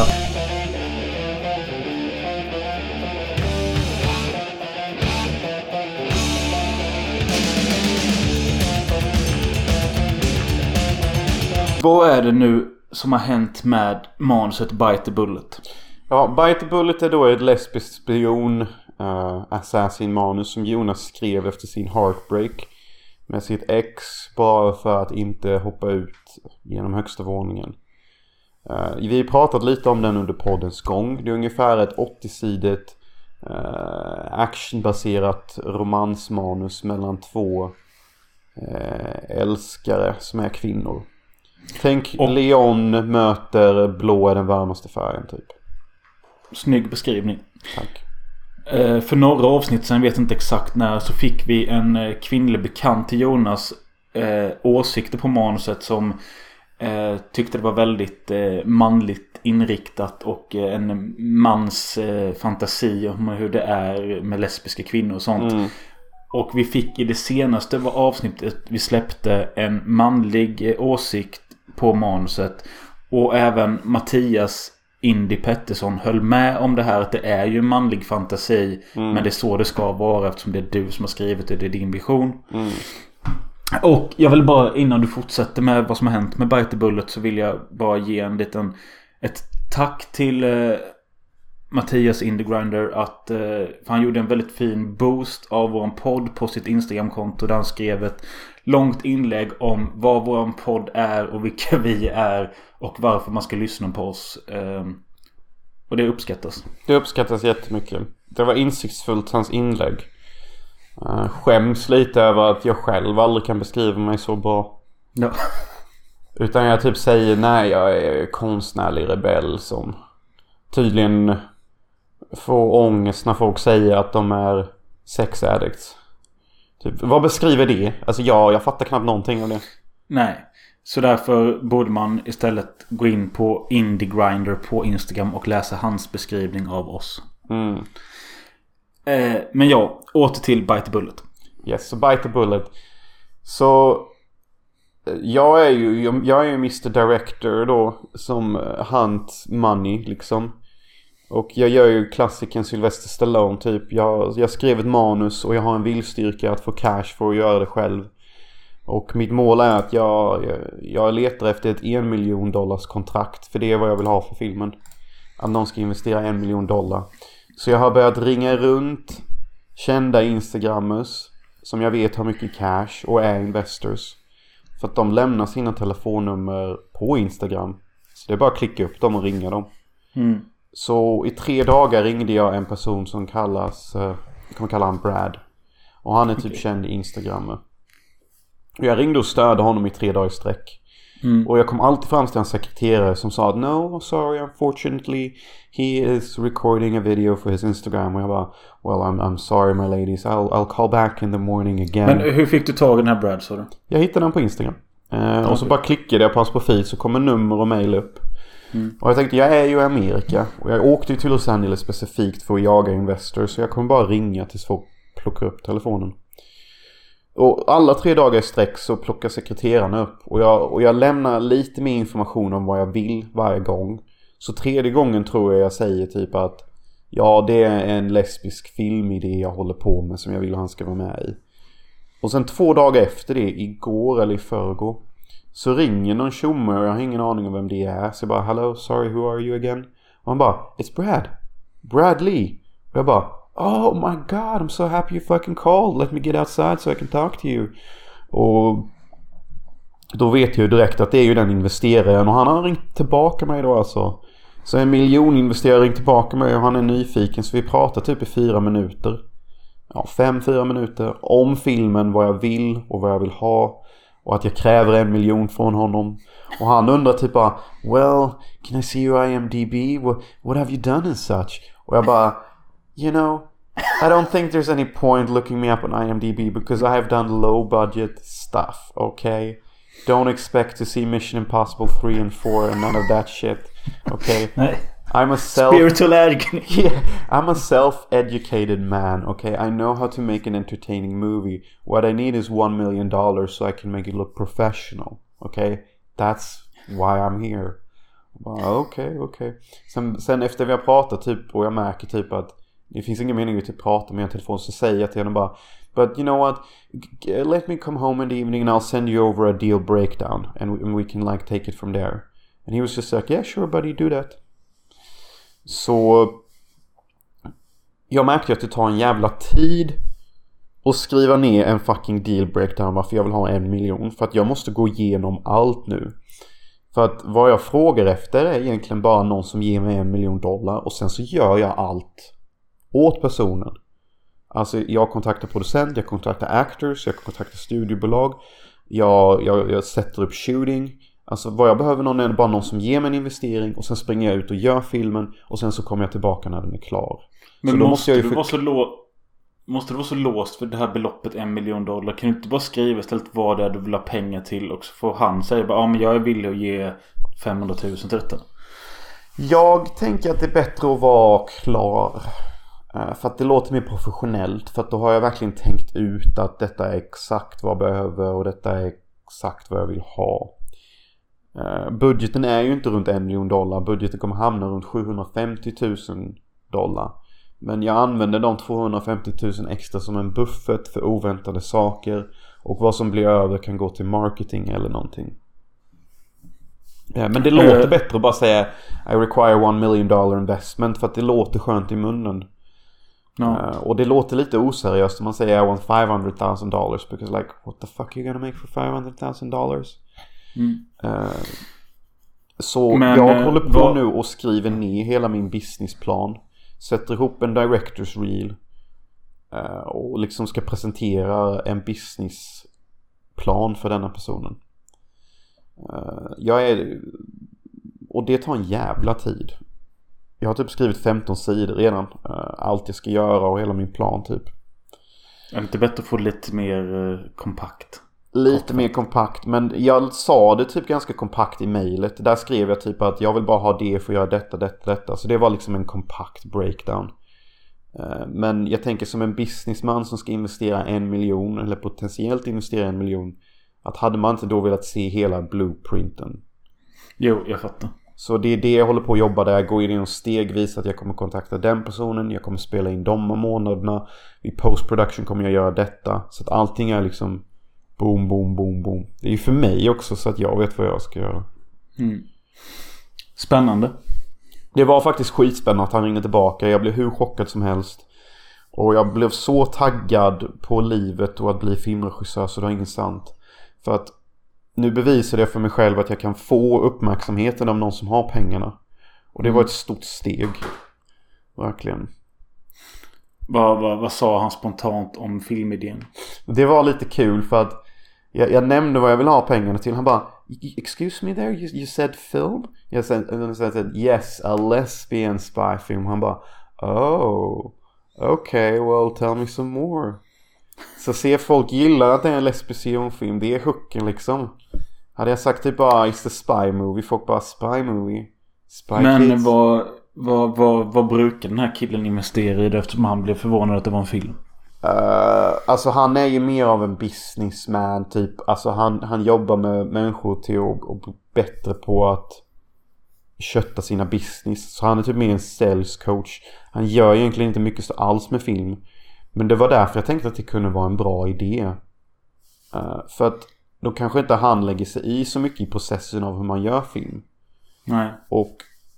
Vad är det nu som har hänt med manuset Bite the Bullet?
Ja, Bite the Bullet är då ett lesbiskt spion uh, Assassin-manus som Jonas skrev efter sin heartbreak med sitt ex, bara för att inte hoppa ut genom högsta våningen. Uh, vi har pratat lite om den under poddens gång. Det är ungefär ett åttio-sidigt uh, actionbaserat romansmanus mellan två uh, älskare som är kvinnor. Tänk och Leon möter blå är den varmaste färgen typ.
Snygg beskrivning.
Tack.
Uh, för några avsnitt sen, vet inte exakt när, så fick vi en uh, kvinnlig bekant till Jonas uh, åsikter på manuset som Eh, tyckte det var väldigt eh, manligt inriktat och eh, en mans eh, fantasi om hur det är med lesbiska kvinnor och sånt. Mm. Och vi fick i det senaste avsnittet vi släppte en manlig eh, åsikt på manuset. Och även Mattias Indy Pettersson höll med om det här, att det är ju manlig fantasi, mm. men det är så det ska vara eftersom det är du som har skrivit det, det är din vision. Mm. Och jag vill bara, innan du fortsätter med vad som har hänt med Bite the Bullet, så vill jag bara ge en liten ett tack till eh, Mattias Indie-Grinder att eh, för han gjorde en väldigt fin boost av våran podd på sitt Instagram-konto där han skrev ett långt inlägg om vad våran podd är och vilka vi är och varför man ska lyssna på oss. Eh, och det uppskattas.
Det uppskattas jättemycket. Det var insiktsfullt, hans inlägg. Uh, skäms lite över att jag själv aldrig kan beskriva mig så bra.
Ja.
Utan jag typ säger nej, jag är konstnärlig rebell som tydligen får ångest när folk säger att de är sex addicts. Typ, vad beskriver det? Alltså ja, jag fattar knappt någonting av det.
Nej, så därför borde man istället gå in på Indie Grinder på Instagram och läsa hans beskrivning av oss.
Mm.
Eh, men ja, åter till Bite the Bullet.
Yes, så Bite the Bullet. Så jag är ju jag är ju mister Director då, som hunt money liksom. Och jag gör ju klassiken Sylvester Stallone typ. Jag, jag skrev ett manus och jag har en viljestyrka att få cash för att göra det själv. Och mitt mål är att jag, jag, jag letar efter ett en miljon dollars kontrakt. För det är vad jag vill ha för filmen. Att någon ska investera en miljon dollar. Så jag har börjat ringa runt kända Instagrammers som jag vet har mycket cash och är investors. För att de lämnar sina telefonnummer på Instagram. Så det är bara att klicka upp dem och ringa dem.
Mm.
Så i tre dagar ringde jag en person som kallas, jag kommer kalla han Brad. Och han är typ okay. känd Instagrammer. Och jag ringde och störde honom i tre dagar sträck. Mm. Och jag kom alltid fram till en sekreterare som sa att no, sorry, unfortunately he is recording a video for his Instagram. Och jag bara, well I'm, I'm sorry my ladies, I'll, I'll call back in the morning again.
Men hur fick du tag i den här Brad, så du?
Jag hittade den på Instagram. eh, okay. Och så bara klickade jag på hans profil, så kommer nummer och mail upp. Mm. Och jag tänkte, jag är ju i Amerika och jag åkte ju till Los Angeles specifikt för att jaga investors. Så jag kommer bara ringa tills folk plockar upp telefonen. Och alla tre dagar i sträck så plockar sekreterarna upp. Och jag, och jag lämnar lite mer information om vad jag vill varje gång. Så tredje gången tror jag jag säger typ att ja, det är en lesbisk filmidé jag håller på med som jag vill att han ska vara med i. Och sen två dagar efter det, igår eller i förrgår, så ringer någon tjomme och jag har ingen aning om vem det är. Så jag bara, hello, sorry, who are you again? Och han bara, it's Brad. Brad Lee. Och jag bara, oh my god, I'm so happy you fucking called. Let me get outside so I can talk to you. Och då vet jag ju direkt att det är ju den investeraren. Och han har ringt tillbaka mig då alltså. Så en miljon investerare ringt tillbaka mig och han är nyfiken. Så vi pratar typ i fyra minuter. Ja, fem, fyra minuter. Om filmen, vad jag vill och vad jag vill ha. Och att jag kräver en miljon från honom. Och han undrar typ bara, well, can I see your I M D B? What, what have you done and such? Och jag bara, you know, I don't think there's any point looking me up on I M D B because I have done low budget stuff, okay? Don't expect to see Mission Impossible three and four and none of that shit, okay? I'm a self
spiritual agony.
Yeah, I'm a self-educated man, okay? I know how to make an entertaining movie. What I need is one million dollars so I can make it look professional, okay? That's why I'm here. Okej, okej. Okay, okay. sen, sen efter vi har pratat typ, och jag märker typ att det finns ingen mening att typ prata med en telefon, så säger jag till henne bara, but you know what, let me come home in the evening and I'll send you over a deal breakdown and we, and we can like take it from there. And he was just like, yeah sure buddy, do that. Så jag märkte att det tar en jävla tid att skriva ner en fucking deal breakdown varför jag vill ha en miljon. För att jag måste gå igenom allt nu. För att vad jag frågar efter är egentligen bara någon som ger mig en miljon dollar. Och sen så gör jag allt åt personen. Alltså jag kontaktar producent, jag kontaktar actors, jag kontaktar studiebolag. Jag, jag, jag sätter upp shooting. Alltså vad jag behöver någon är bara någon som ger mig en investering. Och sen springer jag ut och gör filmen. Och sen så kommer jag tillbaka när den är klar.
Men
så
måste,
då måste, jag ju
du
för...
vara så lå... måste du vara så låst för det här beloppet en miljon dollar? Kan du inte bara skriva istället vad det är du vill ha pengar till? Och så får han säga bara, ja men jag är villig att ge femhundratusen till detta.
Jag tänker att det är bättre att vara klar. För att det låter mer professionellt. För att då har jag verkligen tänkt ut att detta är exakt vad jag behöver. Och detta är exakt vad jag vill ha. Budgeten är ju inte runt en miljon dollar. Budgeten kommer hamna runt sjuhundrafemtiotusen dollar. Men jag använder de tvåhundrafemtiotusen extra som en buffert för oväntade saker. Och vad som blir över kan gå till marketing eller någonting. Ja, men det låter uh, bättre att bara säga I require one million dollar investment. För att det låter skönt i munnen. No. Uh, och det låter lite oseriöst om man säger I want five hundred thousand dollars. Because like, what the fuck are you gonna make for five hundred thousand dollars? Mm. Uh, så men, jag uh, håller på vad... nu och skriver ner hela min businessplan. Sätter ihop en director's reel. Uh, och liksom ska presentera en businessplan för denna personen. Uh, jag är... Och det tar en jävla tid. Jag har typ skrivit femton sidor redan. Uh, allt jag ska göra och hela min plan typ.
Är det inte bättre att få lite mer uh, kompakt?
Lite Kortfakt. mer kompakt. Men jag sa det typ ganska kompakt i mejlet. Där skrev jag typ att jag vill bara ha det för att göra detta, detta, detta. Så det var liksom en kompakt breakdown. Uh, men jag tänker som en businessman som ska investera en miljon. Eller potentiellt investera en miljon. Att hade man inte då velat se hela blueprinten.
Jo, jag fattar.
Så det är det jag håller på att jobba där. Jag går igenom stegvis att jag kommer kontakta den personen. Jag kommer spela in de månaderna. I post-production kommer jag göra detta. Så att allting är liksom boom, boom, boom, boom. Det är ju för mig också så att jag vet vad jag ska göra.
Mm. Spännande.
Det var faktiskt skitspännande att han ringde tillbaka. Jag blev hur chockad som helst. Och jag blev så taggad på livet och att bli filmregissör så det var inget sant. För att nu bevisade jag för mig själv att jag kan få uppmärksamheten av någon som har pengarna. Och det var ett stort steg. Verkligen.
Vad, vad, vad sa han spontant om filmidén?
Det var lite kul för att jag, jag nämnde vad jag vill ha pengarna till. Han bara, excuse me there, you, you said film? Jag said, said yes, a lesbian spy film. Han bara, oh, okay, well tell me some more. Så ser folk gillar att det är en lesbian-film. Det är hooken liksom. Hade jag sagt typ bara it's the spy movie. Folk bara spy movie spy
Men vad, vad, vad, vad brukar den här killen investera i det eftersom han blev förvånad att det var en film?
Uh, alltså han är ju mer av en businessman typ. Alltså han, han jobbar med människor till att och bli bättre på att kötta sina business. Så han är typ mer en sales coach. Han gör egentligen inte mycket så alls med film. Men det var därför jag tänkte att det kunde vara en bra idé. Uh, för att då kanske inte han lägger sig i så mycket i processen av hur man gör film.
Nej.
Och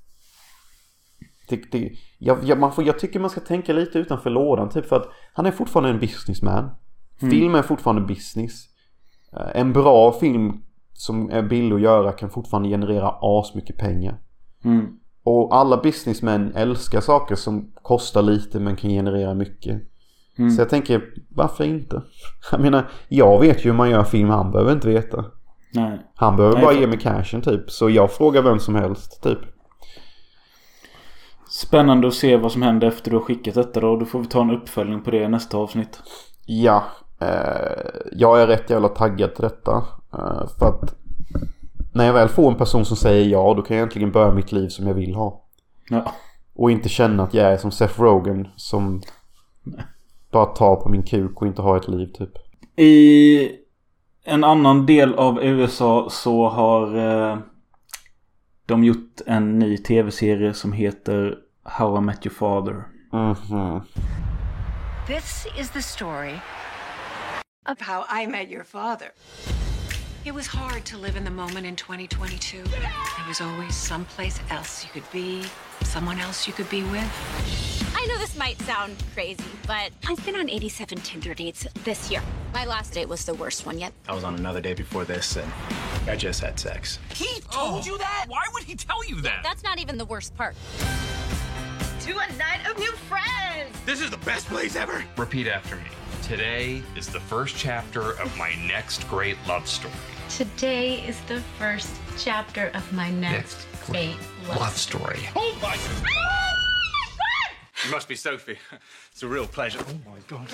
det, det, jag, jag, man får, jag tycker man ska tänka lite utanför lådan. Typ för att han är fortfarande en businessman. Mm. Film är fortfarande business. Uh, en bra film som är billig att göra kan fortfarande generera asmycket pengar.
Mm.
Och alla businessmän älskar saker som kostar lite men kan generera mycket. Mm. Så jag tänker, varför inte? Jag menar, jag vet ju hur man gör film. Han behöver inte veta.
Nej.
Han behöver
Nej,
bara
för...
ge mig cashen typ. Så jag frågar vem som helst typ.
Spännande att se vad som händer efter du har skickat detta då. Då får vi ta en uppföljning på det i nästa avsnitt.
Ja, eh, jag är rätt jävla taggad till detta. Eh, för att när jag väl får en person som säger ja, då kan jag egentligen börja mitt liv som jag vill ha.
Ja.
Och inte känna att jag är som Seth Rogen som... Nej. Bara ta på min kuk och inte ha ett liv typ.
I en annan del av U S A så har eh, de gjort en ny tv-serie som heter How I Met Your Father.
Mm-hmm.
This is the story of how I met your father. It was hard to live in the moment in twenty twenty-two. There was always someplace else you could be, someone else you could be with. I
I know this might sound crazy, but I've been on eighty-seven Tinder dates this year. My last date was the worst one yet.
I was on another date before this, and I just had sex.
He told oh. you that? Why would he tell you that?
That's not even the worst part.
To a night of new friends!
This is the best place ever! Repeat after me. Today is the first chapter of my next great love story.
Today is the first chapter of my next, next great love,
love story. Oh my god! You must be Sophie. It's a real pleasure. Oh my god.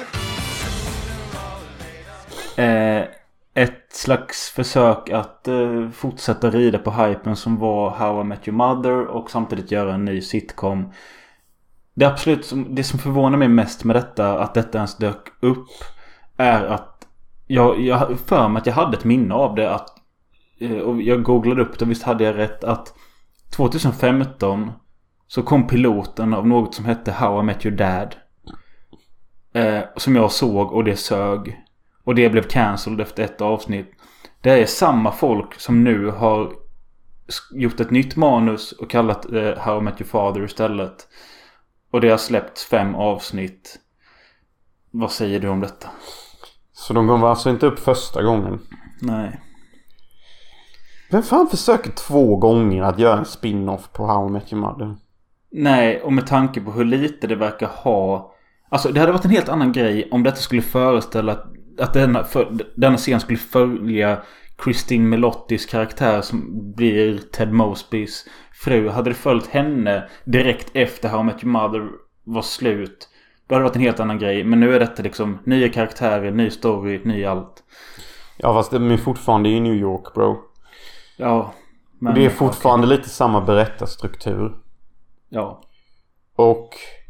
Eh, ett slags försök att eh, fortsätta rida på hypen som var How I Met Your Mother och samtidigt göra en ny sitcom. Det absolut som, det som förvånar mig mest med detta, att detta ens dök upp, är att jag, jag för mig att jag hade ett minne av det, att, eh, och jag googlade upp det och visst hade jag rätt, att tjugohundrafemton så kom piloten av något som hette How I Met Your Dad, eh, som jag såg, och det sög. Och det blev cancelled efter ett avsnitt. Det är samma folk som nu har gjort ett nytt manus och kallat eh, How I Met Your Father istället. Och det har släppts fem avsnitt. Vad säger du om detta?
Så de går alltså inte upp första gången?
Nej.
Vem fan försöker två gånger att göra en spin-off på How I Met Your Mother?
Nej, och med tanke på hur lite det verkar ha... Alltså det hade varit en helt annan grej om detta skulle föreställa att, att denna, för, denna scen skulle följa Christine Melottis karaktär som blir Ted Mosbys fru. Hade det följt henne direkt efter How I Met Your Mother var slut, då hade det varit en helt annan grej. Men nu är detta liksom nya karaktärer, ny story, ny allt.
Ja, fast det är fortfarande i New York, bro.
Ja, men
det är fortfarande okay. Lite samma berättarstruktur.
Ja.
Och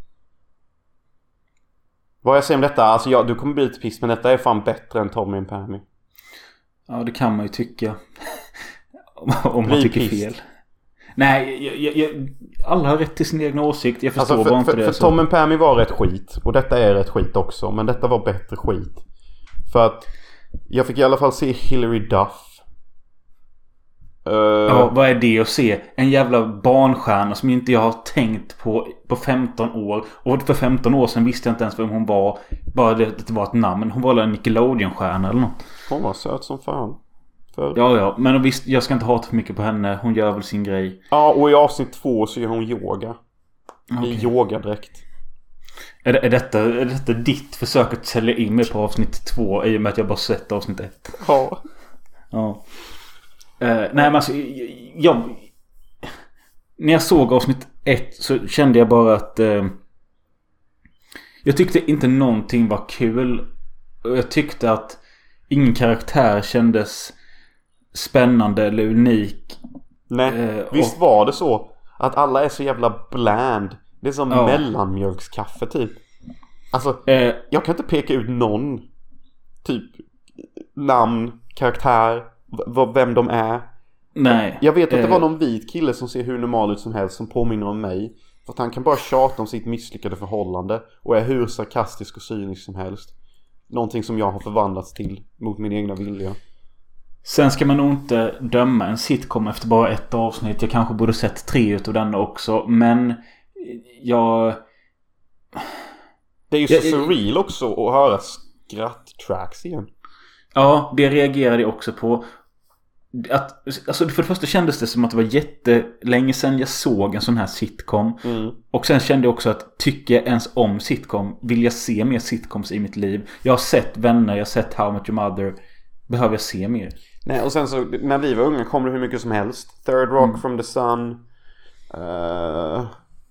vad jag säger om detta, alltså ja, du kommer bli lite piss, men detta är fan bättre än Tommy and Pammy.
Ja, det kan man ju tycka. Om man tycker
pissed.
Fel. Nej, jag, jag, alla har rätt till sin egen åsikt. Jag förstår
alltså för,
bara inte
för,
det.
För
så.
Tom and Pammy var rätt skit. Och detta är rätt skit också. Men detta var bättre skit. För att jag fick i alla fall se Hilary Duff. Uh,
ja, vad är det att se? En jävla barnstjärna som inte jag har tänkt på på femton år. Och för femton år sedan visste jag inte ens vem hon var. Bara det, det var ett namn. Hon var en Nickelodeon-stjärna eller något.
Hon var söt som fan. För...
Ja, ja. Men visst, jag ska inte hata för mycket på henne. Hon gör väl sin grej.
Ja, och i avsnitt två så gör hon yoga. Okay. I yogadräkt.
Är, det, är, detta, är detta ditt försök att sälja in mig på avsnitt två i och med att jag bara sett avsnitt ett?
Ja.
Ja. Uh, nej men alltså jag, jag, när jag såg avsnitt ett så kände jag bara att uh, jag tyckte inte någonting var kul. Och jag tyckte att ingen karaktär kändes spännande eller unik.
Nej, uh, visst och, var det så att alla är så jävla bland. Det är som ja. mellanmjölkskaffe typ. Alltså uh, jag kan inte peka ut någon typ namn, karaktär, v- vem de är.
Nej.
Jag vet att det var någon vit kille som ser hur normal ut som helst, som påminner om mig. För att han kan bara tjata om sitt misslyckade förhållande och är hur sarkastisk och cynisk som helst. Någonting som jag har förvandlats till mot min egna vilja.
Sen ska man nog inte döma en sitcom efter bara ett avsnitt. Jag kanske borde sett tre utav den också. Men jag...
Det är ju så jag, surreal också att höra skratt-tracks igen.
Ja, det reagerade jag också på. Att, alltså för det första kändes det som att det var jättelänge sedan jag såg en sån här sitcom.
Mm.
Och sen kände jag också att tycker jag ens om sitcom, vill jag se mer sitcoms i mitt liv? Jag har sett Vänner, jag har sett How I Met Your Mother. Behöver jag se mer?
Nej, och sen så när vi var unga kom det hur mycket som helst. Third Rock mm. from the Sun, uh,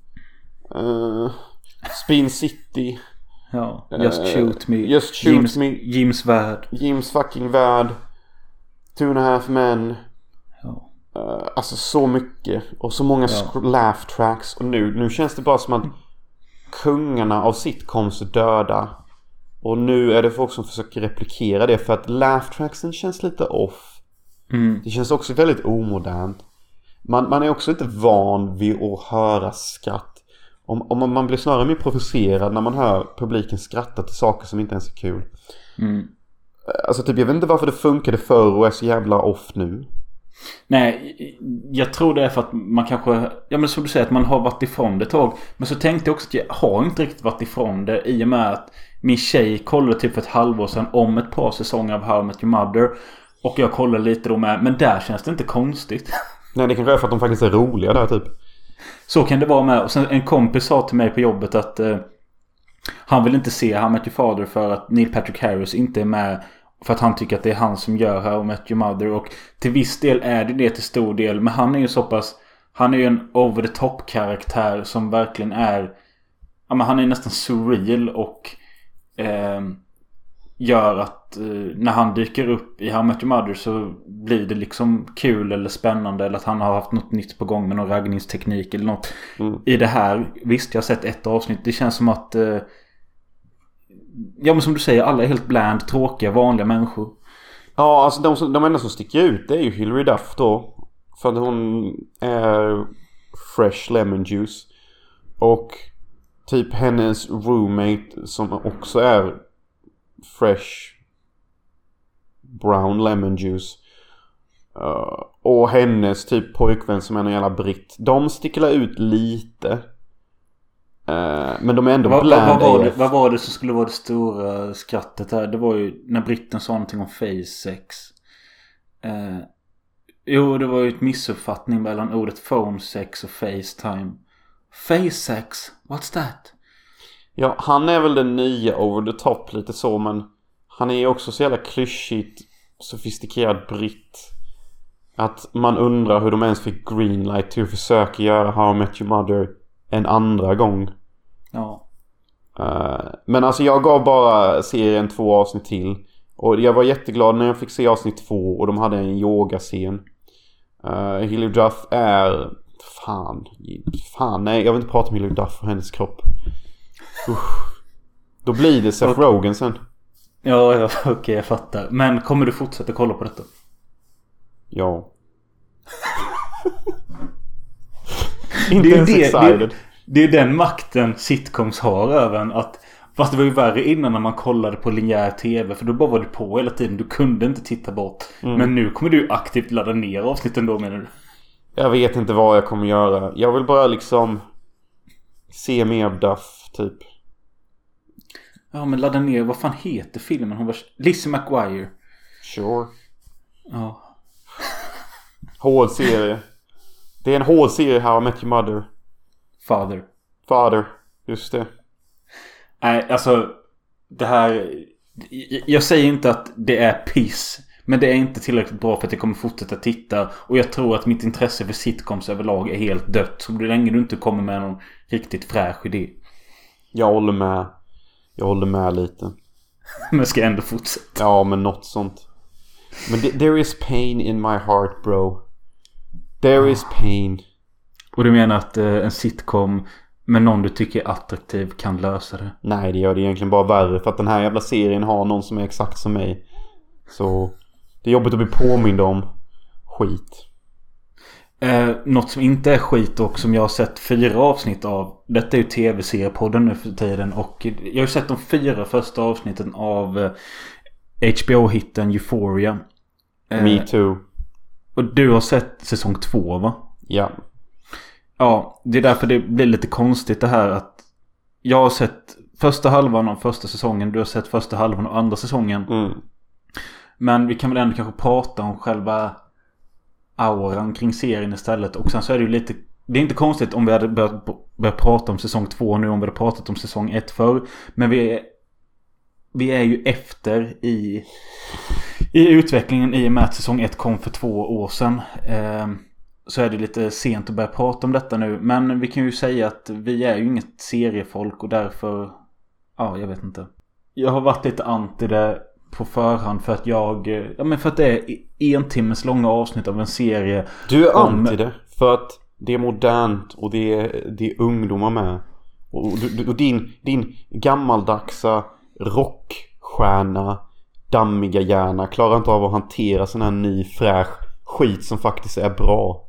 uh, Spin City.
Ja, Just uh, Shoot Me.
Just Shoot
Jims,
Me.
Jims Värld.
Jims fucking Värld. Two and a Half Men.
Ja.
Uh, alltså så mycket. Och så många ja. laugh tracks. Och nu, nu känns det bara som att kungarna av sitcoms är döda. Och nu är det folk som försöker replikera det. För att laugh tracksen känns lite off.
Mm.
Det känns också väldigt omodernt. Man, man är också inte van vid att höra skratt. Om, om man blir snarare mer provocerad när man hör publiken skratta till saker som inte ens är kul.
Mm.
Alltså typ, jag vet inte varför det funkade förr och är så jävla off nu.
Nej, jag tror det är för att man kanske... Ja, men som du säger, att man har varit ifrån det ett tag. Men så tänkte jag också att jag har inte riktigt varit ifrån det, i och med att min tjej kollade typ för ett halvår sedan om ett par säsonger av How I Met Your Mother. Och jag kollade lite då med. Men där känns det inte konstigt.
Nej, det kanske är för att de faktiskt är roliga där typ.
Så kan det vara med. Och sen en kompis sa till mig på jobbet att eh, han vill inte se How I Met Your Father för att Neil Patrick Harris inte är med, för att han tycker att det är han som gör How I Met Your Mother. Och till viss del är det det till stor del. Men han är ju så pass... Han är ju en over the top karaktär som verkligen är... Ja, men han är nästan surreal och eh, gör att eh, när han dyker upp i How I Met Your Mother så blir det liksom kul eller spännande, eller att han har haft något nytt på gång med någon raggningsteknik eller något. Mm. I det här, visst, jag har sett ett avsnitt. Det känns som att eh, ja, men som du säger, alla är helt bland, tråkiga, vanliga människor.
Ja, alltså de, som, de enda som sticker ut, det är ju Hilary Duff då. För att hon är fresh lemon juice. Och typ hennes roommate som också är fresh brown lemon juice. Uh, och hennes typ pojkvän som är en jävla britt. De sticker ut lite. Uh, men de är ändå
vad,
bland.
Vad, vad, var det, vad var det som skulle vara det stora skrattet här? Det var ju när britten sa någonting om face sex. Uh, jo, det var ju ett missuppfattning mellan ordet phone sex och FaceTime. Face sex, what's that?
Ja, han är väl den nya over the top lite så, men han är ju också så jävla klyschigt sofistikerad britt att man undrar hur de ens fick greenlight till att försöka göra How I Met Your Mother en andra gång.
Ja.
Uh, men alltså jag gav bara serien två avsnitt till. Och jag var jätteglad när jag fick se avsnitt två och de hade en yogascen. Uh, Hilary Duff är... Fan. Fan, nej. Jag vill inte prata om Hilary Duff och hennes kropp. Usch. Då blir det Seth Rogen sen.
Ja, ja okej, okay, jag fattar. Men kommer du fortsätta kolla på detta?
Ja.
Inte det, ens excited. Det, det är den makten sitcoms har över en, att... Fast det var ju värre innan när man kollade på linjär tv. För då bara var du på hela tiden. Du kunde inte titta bort. Mm. Men nu kommer du aktivt ladda ner avsnitten då, menar du?
Jag vet inte vad jag kommer göra. Jag vill bara liksom se mer av Duff, typ.
Ja, men ladda ner. Vad fan heter filmen? Hon var... Lizzie McGuire.
Sure.
Ja.
Hårdserie. Det är en hårdserie, How I Met Your Mother.
Father.
Father, just det.
Nej, alltså det här... Jag säger inte att det är piss, men det är inte tillräckligt bra för att jag kommer fortsätta titta. Och jag tror att mitt intresse för sitcoms överlag är helt dött. Så länge du inte kommer med någon riktigt fräsch idé.
Jag håller med. Jag håller med lite.
Men ska ändå fortsätta.
Ja, men något sånt. Men det, there is pain in my heart, bro. There is pain.
Och du menar att eh, en sitcom med någon du tycker är attraktiv kan lösa det?
Nej, det gör det egentligen bara värre. För att den här jävla serien har någon som är exakt som mig. Så det är jobbigt att bli påmind om skit.
Eh, något som inte är skit och som jag har sett fyra avsnitt av. Detta är ju tv-seriepodden nu för tiden. Och jag har ju sett de fyra första avsnitten av eh, H B O-hitten Euphoria.
Eh, Me too.
Och du har sett säsong två, va?
Ja.
Ja, det är därför det blir lite konstigt det här att jag har sett första halvan av första säsongen. Du har sett första halvan av andra säsongen.
Mm.
Men vi kan väl ändå kanske prata om själva auran kring serien istället. Och sen så är det ju lite... Det är inte konstigt om vi hade börjat, börjat prata om säsong två nu, om vi hade pratat om säsong ett förr. Men vi är, vi är ju efter i, i utvecklingen i och med att säsong ett kom för två år sedan. Eh, så är det lite sent att börja prata om detta nu. Men vi kan ju säga att vi är ju inget seriefolk och därför... Ja, jag vet inte. Jag har varit lite anti det på förhand för att jag... Ja, men för att det är en timmes långa avsnitt av en serie.
Du är om... anti det för att det är modernt och det är, det är ungdomar med. Och, och, och din, din gammaldagsa rockstjärna, dammiga hjärna klarar inte av att hantera sån här ny fräsch skit som faktiskt är bra.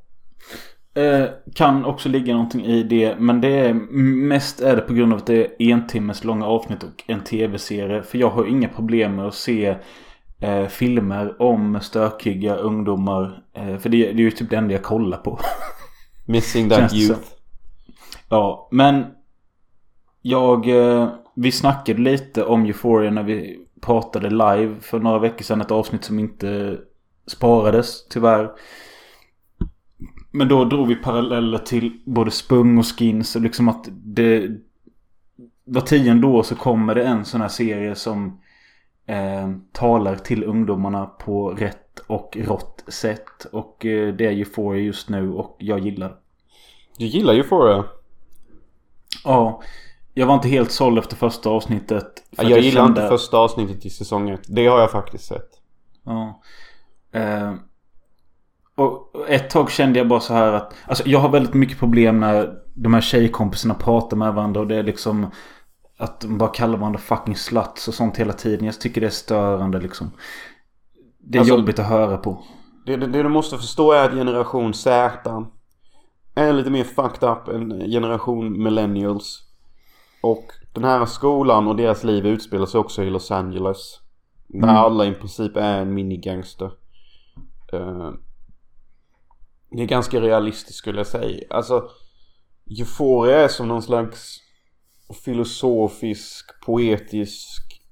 Eh, kan också ligga någonting i det. Men det är mest är det på grund av att det är en timmes långa avsnitt och en tv-serie. För jag har inga problem med att se eh, filmer om stökiga ungdomar. Eh, för det, det är ju typ det enda jag kollar på.
Missing that youth.
Ja, men jag... Eh, vi snackade lite om Euphoria när vi pratade live för några veckor sedan. Ett avsnitt som inte sparades, tyvärr. Men då drog vi paralleller till både Spung och Skins. Och liksom att det... Var tionde år så kommer det en sån här serie som eh, talar till ungdomarna på rätt och rått sätt. Och eh, det är Euphoria just nu och jag gillar.
Du gillar Euphoria?
Ja, jag var inte helt såld efter första avsnittet.
Ja, jag, jag gillar kände... inte första avsnittet i säsong ett. Det har jag faktiskt sett.
Ja. Eh, och ett tag kände jag bara så här att... Alltså jag har väldigt mycket problem när de här tjejkompisarna pratar med varandra. Och det är liksom att de bara kallar varandra fucking sluts och sånt hela tiden. Jag tycker det är störande liksom. Det är alltså, jobbigt att höra på.
Det, det, det du måste förstå är att generation Z är lite mer fucked up än generation millennials. Och den här skolan och deras liv utspelar sig också i Los Angeles. Där mm. alla i princip är en minigangster. Uh, det är ganska realistiskt skulle jag säga. Alltså Euphoria är som någon slags filosofisk, poetisk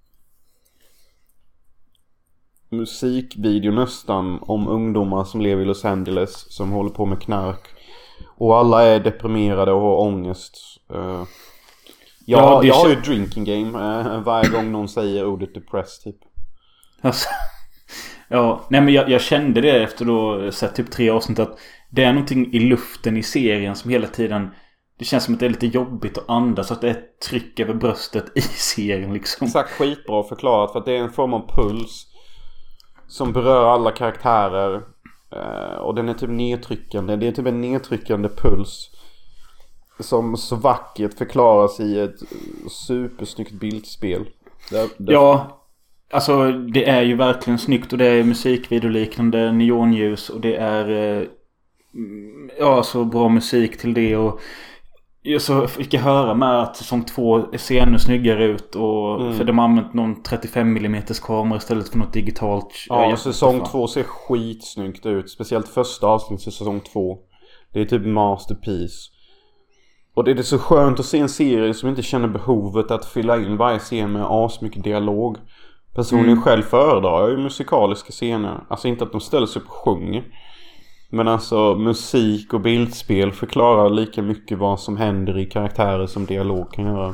musikvideo nästan om ungdomar som lever i Los Angeles som håller på med knark. Och alla är deprimerade och har ångest. Uh, jag, ja, jag har ju drinking game uh, varje gång någon säger ordet depressed typ.
Alltså, ja, nej men jag, jag kände det efter då sett typ tre avsnitt att det är någonting i luften i serien som hela tiden... Det känns som att det är lite jobbigt att andas. Så att det är ett tryck över bröstet i serien liksom.
Exakt, skitbra förklarat. För att det är en form av puls som berör alla karaktärer. Uh, och den är typ nedtryckande. Det är typ en nedtryckande puls som så vackert förklaras i ett supersnyggt bildspel. Där, där...
Ja, alltså det är ju verkligen snyggt. Och det är musikvideoliknande neonljus. Och det är uh, ja, så bra musik till det. Och så fick jag höra med att säsong två ser ännu snyggare ut. Och mm. för de har använt någon trettiofem millimeter kamera istället för något digitalt.
Ja, säsong två ser skitsnyggt ut. Speciellt första avsnittet i säsong två. Det är typ masterpiece. Och det är så skönt att se en serie som inte känner behovet att fylla in varje scen med asmycket dialog. Personligen mm. själv föredrar jag ju musikaliska scener. Alltså inte att de ställer sig upp och sjunger. Men alltså musik och bildspel förklarar lika mycket vad som händer i karaktärer som dialog kan göra.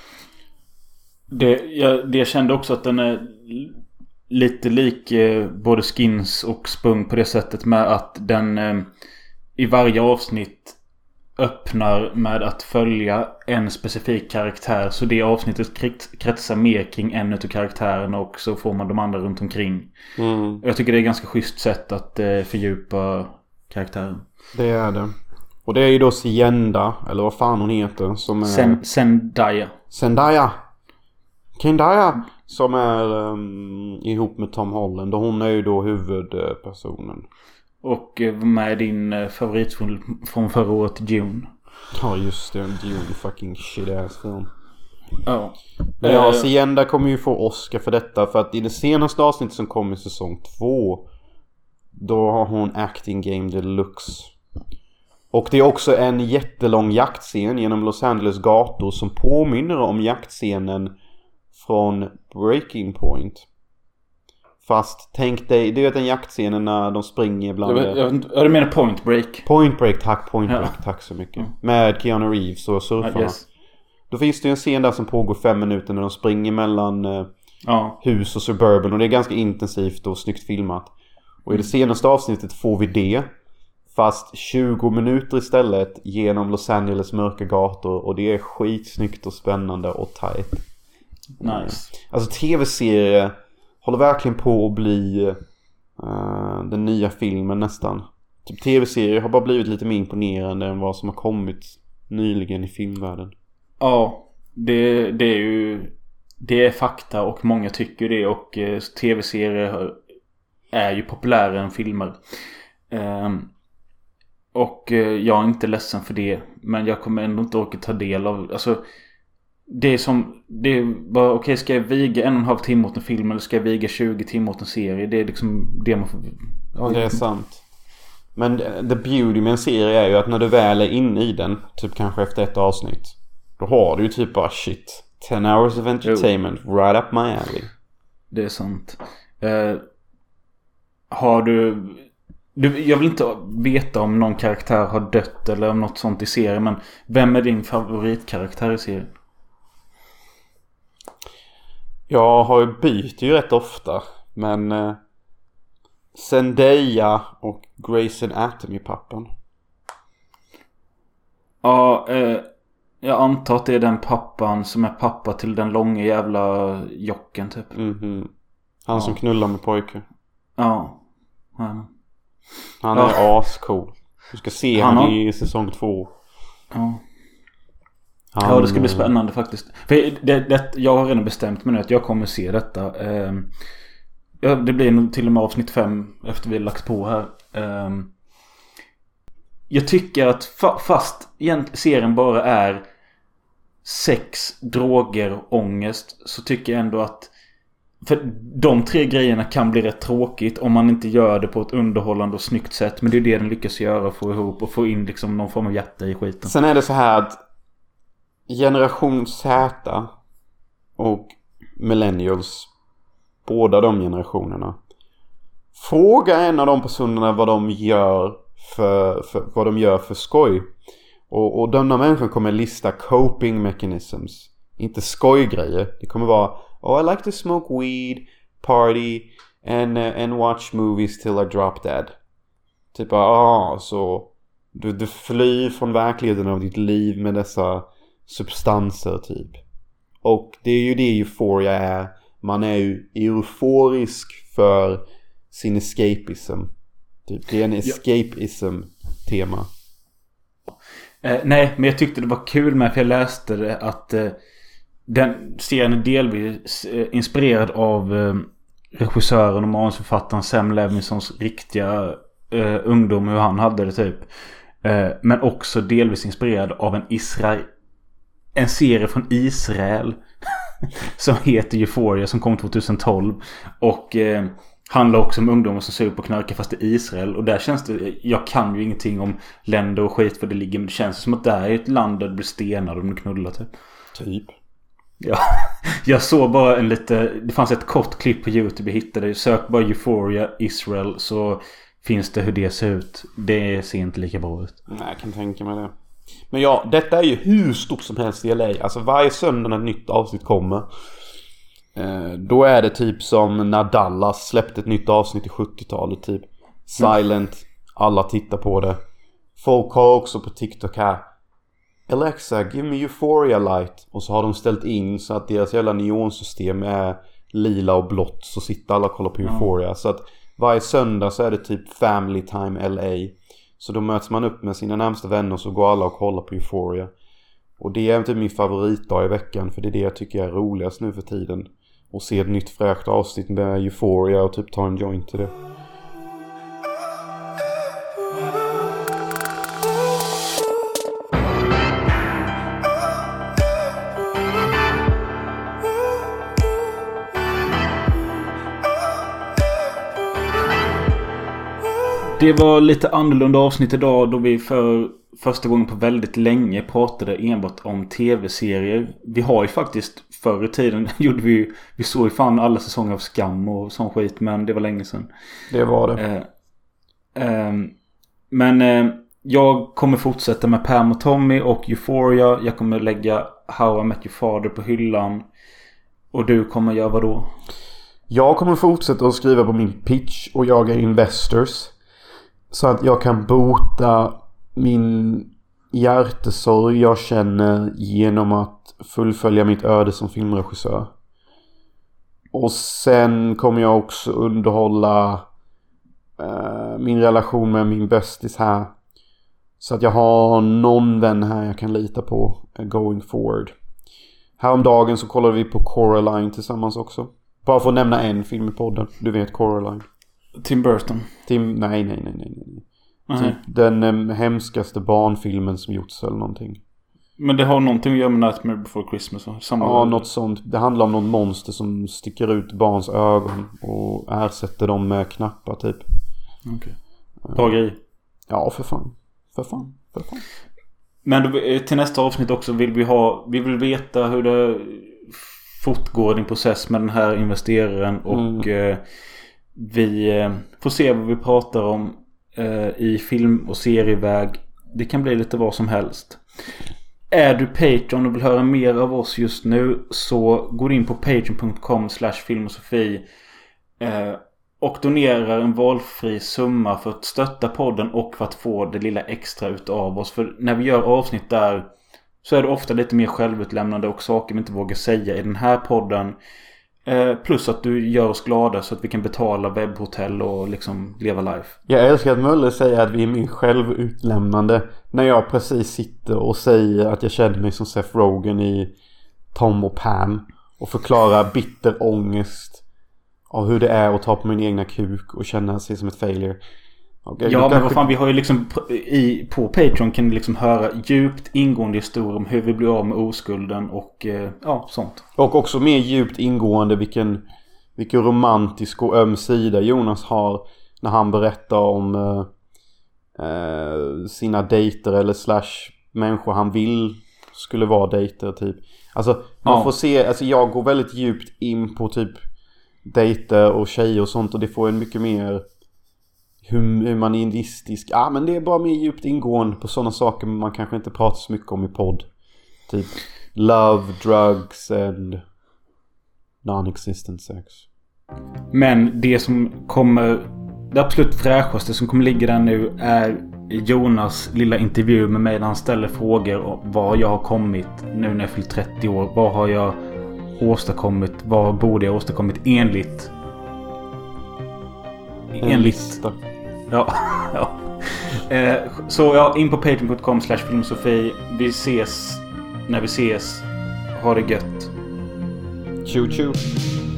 Det jag, det jag kände också att den är lite lik eh, både Skins och Spung på det sättet med att den eh, i varje avsnitt öppnar med att följa en specifik karaktär. Så det avsnittet kretsar mer kring en av karaktärerna och så får man de andra runt omkring. Mm. Jag tycker det är ett ganska schysst sätt att eh, fördjupa karaktären.
Det är det. Och det är ju då Sienda, eller vad fan hon heter, som är...
Sen, Zendaya.
Zendaya. Zendaya. Som är um, ihop med Tom Holland. Och hon är ju då huvudpersonen.
Och eh, med din eh, favoritfilm från förra året, Dune.
Ja just det, Dune fucking shit ass film.
Ja.
Men ja, Sienda kommer ju få Oscar för detta. För att i det senaste avsnittet som kom i säsong två, då har hon acting game deluxe. Och det är också en jättelång jaktscen genom Los Angeles gator som påminner om jaktscenen från Breaking Point. Fast tänk dig, det är ju en jaktscenen när de springer bland...
Jag, jag, jag, du menar Point Break?
Point Break, tack, Point Break, ja. Tack så mycket. Mm. Med Keanu Reeves och surfarna. Ja, yes. Då finns det ju en scen där som pågår fem minuter när de springer mellan eh, ja. hus och suburban. Och det är ganska intensivt och snyggt filmat. Och i det senaste avsnittet får vi det. Fast tjugo minuter istället genom Los Angeles mörka gator. Och det är skitsnyggt och spännande och tight.
Nice.
Alltså tv-serie håller verkligen på att bli uh, den nya filmen nästan. Typ tv-serier har bara blivit lite mer imponerande än vad som har kommit nyligen i filmvärlden.
Ja, det, det är ju det är fakta och många tycker det. Och eh, tv-serier är ju populärare än filmer. Um, och eh, jag är inte ledsen för det. Men jag kommer ändå inte orka ta del av... Alltså, Det är som, det är bara, okej, okay, ska jag viga en och en halv timme åt en film eller ska jag viga tjugo timmar åt en serie? Det är liksom det man får...
Ja, det är sant. Men the beauty med en serie är ju att när du väl är inne i den, typ kanske efter ett avsnitt, då har du ju typ bara shit, ten hours of entertainment, jo. Right up my alley.
Det är sant. Uh, har du... du... Jag vill inte veta om någon karaktär har dött eller om något sånt i serien, men vem är din favoritkaraktär i serien?
Jag har ju bytt ju rätt ofta, men uh, Zendaya och Grey's Anatomy-pappan.
Ja, uh, jag antar att det är den pappan som är pappa till den långa jävla jocken typ.
Mm-hmm. Han
ja.
som knullar med pojkar.
Ja. ja.
Han är ja. ascool. Du ska se han har... i säsong två.
Ja.
Han...
Ja, det ska bli spännande faktiskt. För det, det, jag har redan bestämt mig nu att jag kommer se detta. Eh, ja, det blir nog till och med avsnitt fem efter vi har lagt på här. Eh, jag tycker att fa- fast serien bara är sex, droger, ångest, så tycker jag ändå att för de tre grejerna kan bli rätt tråkigt om man inte gör det på ett underhållande och snyggt sätt. Men det är det den lyckas göra, få ihop och få in liksom någon form av hjärta i skiten.
Sen är det så här att generation Z och millennials, båda de generationerna, fråga en av de personerna vad de gör för, för, vad de gör för skoj. Och, och denna människan kommer lista coping mechanisms, inte skojgrejer. Det kommer vara oh, I like to smoke weed, party and, uh, and watch movies till I drop dead. Typ ah, oh, så du, du flyr från verkligheten av ditt liv med dessa substanser typ. Och det är ju det Euphoria är. Man är ju euforisk för sin escapism. Typ. Det är en escapism-tema.
Eh, nej, men jag tyckte det var kul med, för jag läste det, att eh, den serien är delvis eh, inspirerad av eh, regissören och manusförfattaren Sam Levinsons riktiga eh, ungdom, hur han hade det typ. Eh, men också delvis inspirerad av en Israel en serie från Israel som heter Euphoria, som kom tjugohundratolv och eh, handlar också om ungdomar som ser upp och knarkar fast i Israel. Och där känns det, jag kan ju ingenting om länder och skit för det ligger, men det känns som att det här är ett land där det blir stenar och de knullar typ.
Typ.
Ja, jag såg bara en lite, det fanns ett kort klipp på YouTube jag hittade. Sök bara Euphoria Israel så finns det hur det ser ut. Det ser inte lika bra ut.
Nej, jag kan tänka mig det. Men ja, detta är ju hur stort som helst i L A. Alltså varje söndag när ett nytt avsnitt kommer, eh, då är det typ som när Dallas släppte ett nytt avsnitt i sjuttiotalet typ. Silent, alla tittar på det. Folk har också på TikTok här, Alexa, give me Euphoria light. Och så har de ställt in så att deras jävla neonsystem är lila och blått. Så sitter alla och kollar på Euphoria. Så att varje söndag så är det typ Family Time L A. Så då möts man upp med sina närmsta vänner, så går alla och kollar på Euphoria. Och det är typ min favoritdag i veckan, för det är det jag tycker är roligast nu för tiden. Och se ett nytt fräscht avsnitt med Euphoria och typ ta en joint till det.
Det var lite annorlunda avsnitt idag, då vi för första gången på väldigt länge pratade enbart om tv-serier. Vi har ju faktiskt förr i tiden gjorde vi vi såg ju fan alla säsonger av Skam och sån skit, men det var länge sedan.
Det var det.
Eh, eh, men eh, jag kommer fortsätta med Pam och Tommy och Euphoria. Jag kommer lägga How I Met Your Father på hyllan. Och du kommer göra vad då?
Jag kommer fortsätta att skriva på min pitch och jaga investors, så att jag kan bota min hjärtesorg jag känner genom att fullfölja mitt öde som filmregissör. Och sen kommer jag också underhålla eh, min relation med min bästis här, så att jag har någon vän här jag kan lita på going forward. Häromdagen så kollade vi på Coraline tillsammans också. Bara för att nämna en film i podden. Du vet Coraline.
Tim Burton.
Tim, nej, nej, nej, nej, nej.
Mm.
Typ den um, hemskaste barnfilmen som gjorts eller någonting.
Men det har någonting att göra med Nightmare Before Christmas, va? Samma
ja, något sånt. Det handlar om någon monster som sticker ut barns ögon och ersätter dem med knappar typ.
Okej. Okay. Bra grej.
Ja, för fan. För fan. För fan.
Men då, till nästa avsnitt också vill vi ha... Vi vill veta hur det fortgår din process med den här investeraren. Och mm. eh, vi eh, får se vad vi pratar om eh, i film- och serieväg. Det kan bli lite vad som helst. Är du Patreon och vill höra mer av oss just nu, så går in på patreon punkt com slash filmosofi eh, och donerar en valfri summa för att stötta podden och för att få det lilla extra utav oss. För när vi gör avsnitt där så är det ofta lite mer självutlämnande och saker vi inte vågar säga i den här podden. Eh, plus att du gör oss glada så att vi kan betala webbhotell och liksom leva life.
Jag älskar att Möller säger att vi är min självutlämnande när jag precis sitter och säger att jag känner mig som Seth Rogen i Tom och Pam och förklarar bitter ångest av hur det är att ta på min egna kuk och känna sig som ett failure. Okay,
ja, men
kanske...
vad fan, vi har ju liksom i, på Patreon kan ni liksom höra djupt ingående historier om hur vi blir av med oskulden och eh, ja, sånt.
Och också mer djupt ingående vilken, vilken romantisk och öm sida Jonas har när han berättar om eh, eh, sina dejter eller slash människor han vill skulle vara dejter typ. Alltså man ja. får se, alltså jag går väldigt djupt in på typ dejter och tjejer och sånt och det får en mycket mer humanistisk, ja men det är bara mer djupt ingående på sådana saker man kanske inte pratar så mycket om i podd. Typ love, drugs and non-existent sex.
Men det som kommer, det absolut fräschaste som kommer ligga där nu är Jonas lilla intervju med mig där han ställer frågor om vad jag har kommit nu när jag fyllt trettio år. Vad har jag åstadkommit? Vad borde jag åstadkommit enligt
en lista.
Ja, ja. Eh, så ja, in på patreon punkt com slash filmosofi. Vi ses när vi ses. Ha det gött.
Tju tju.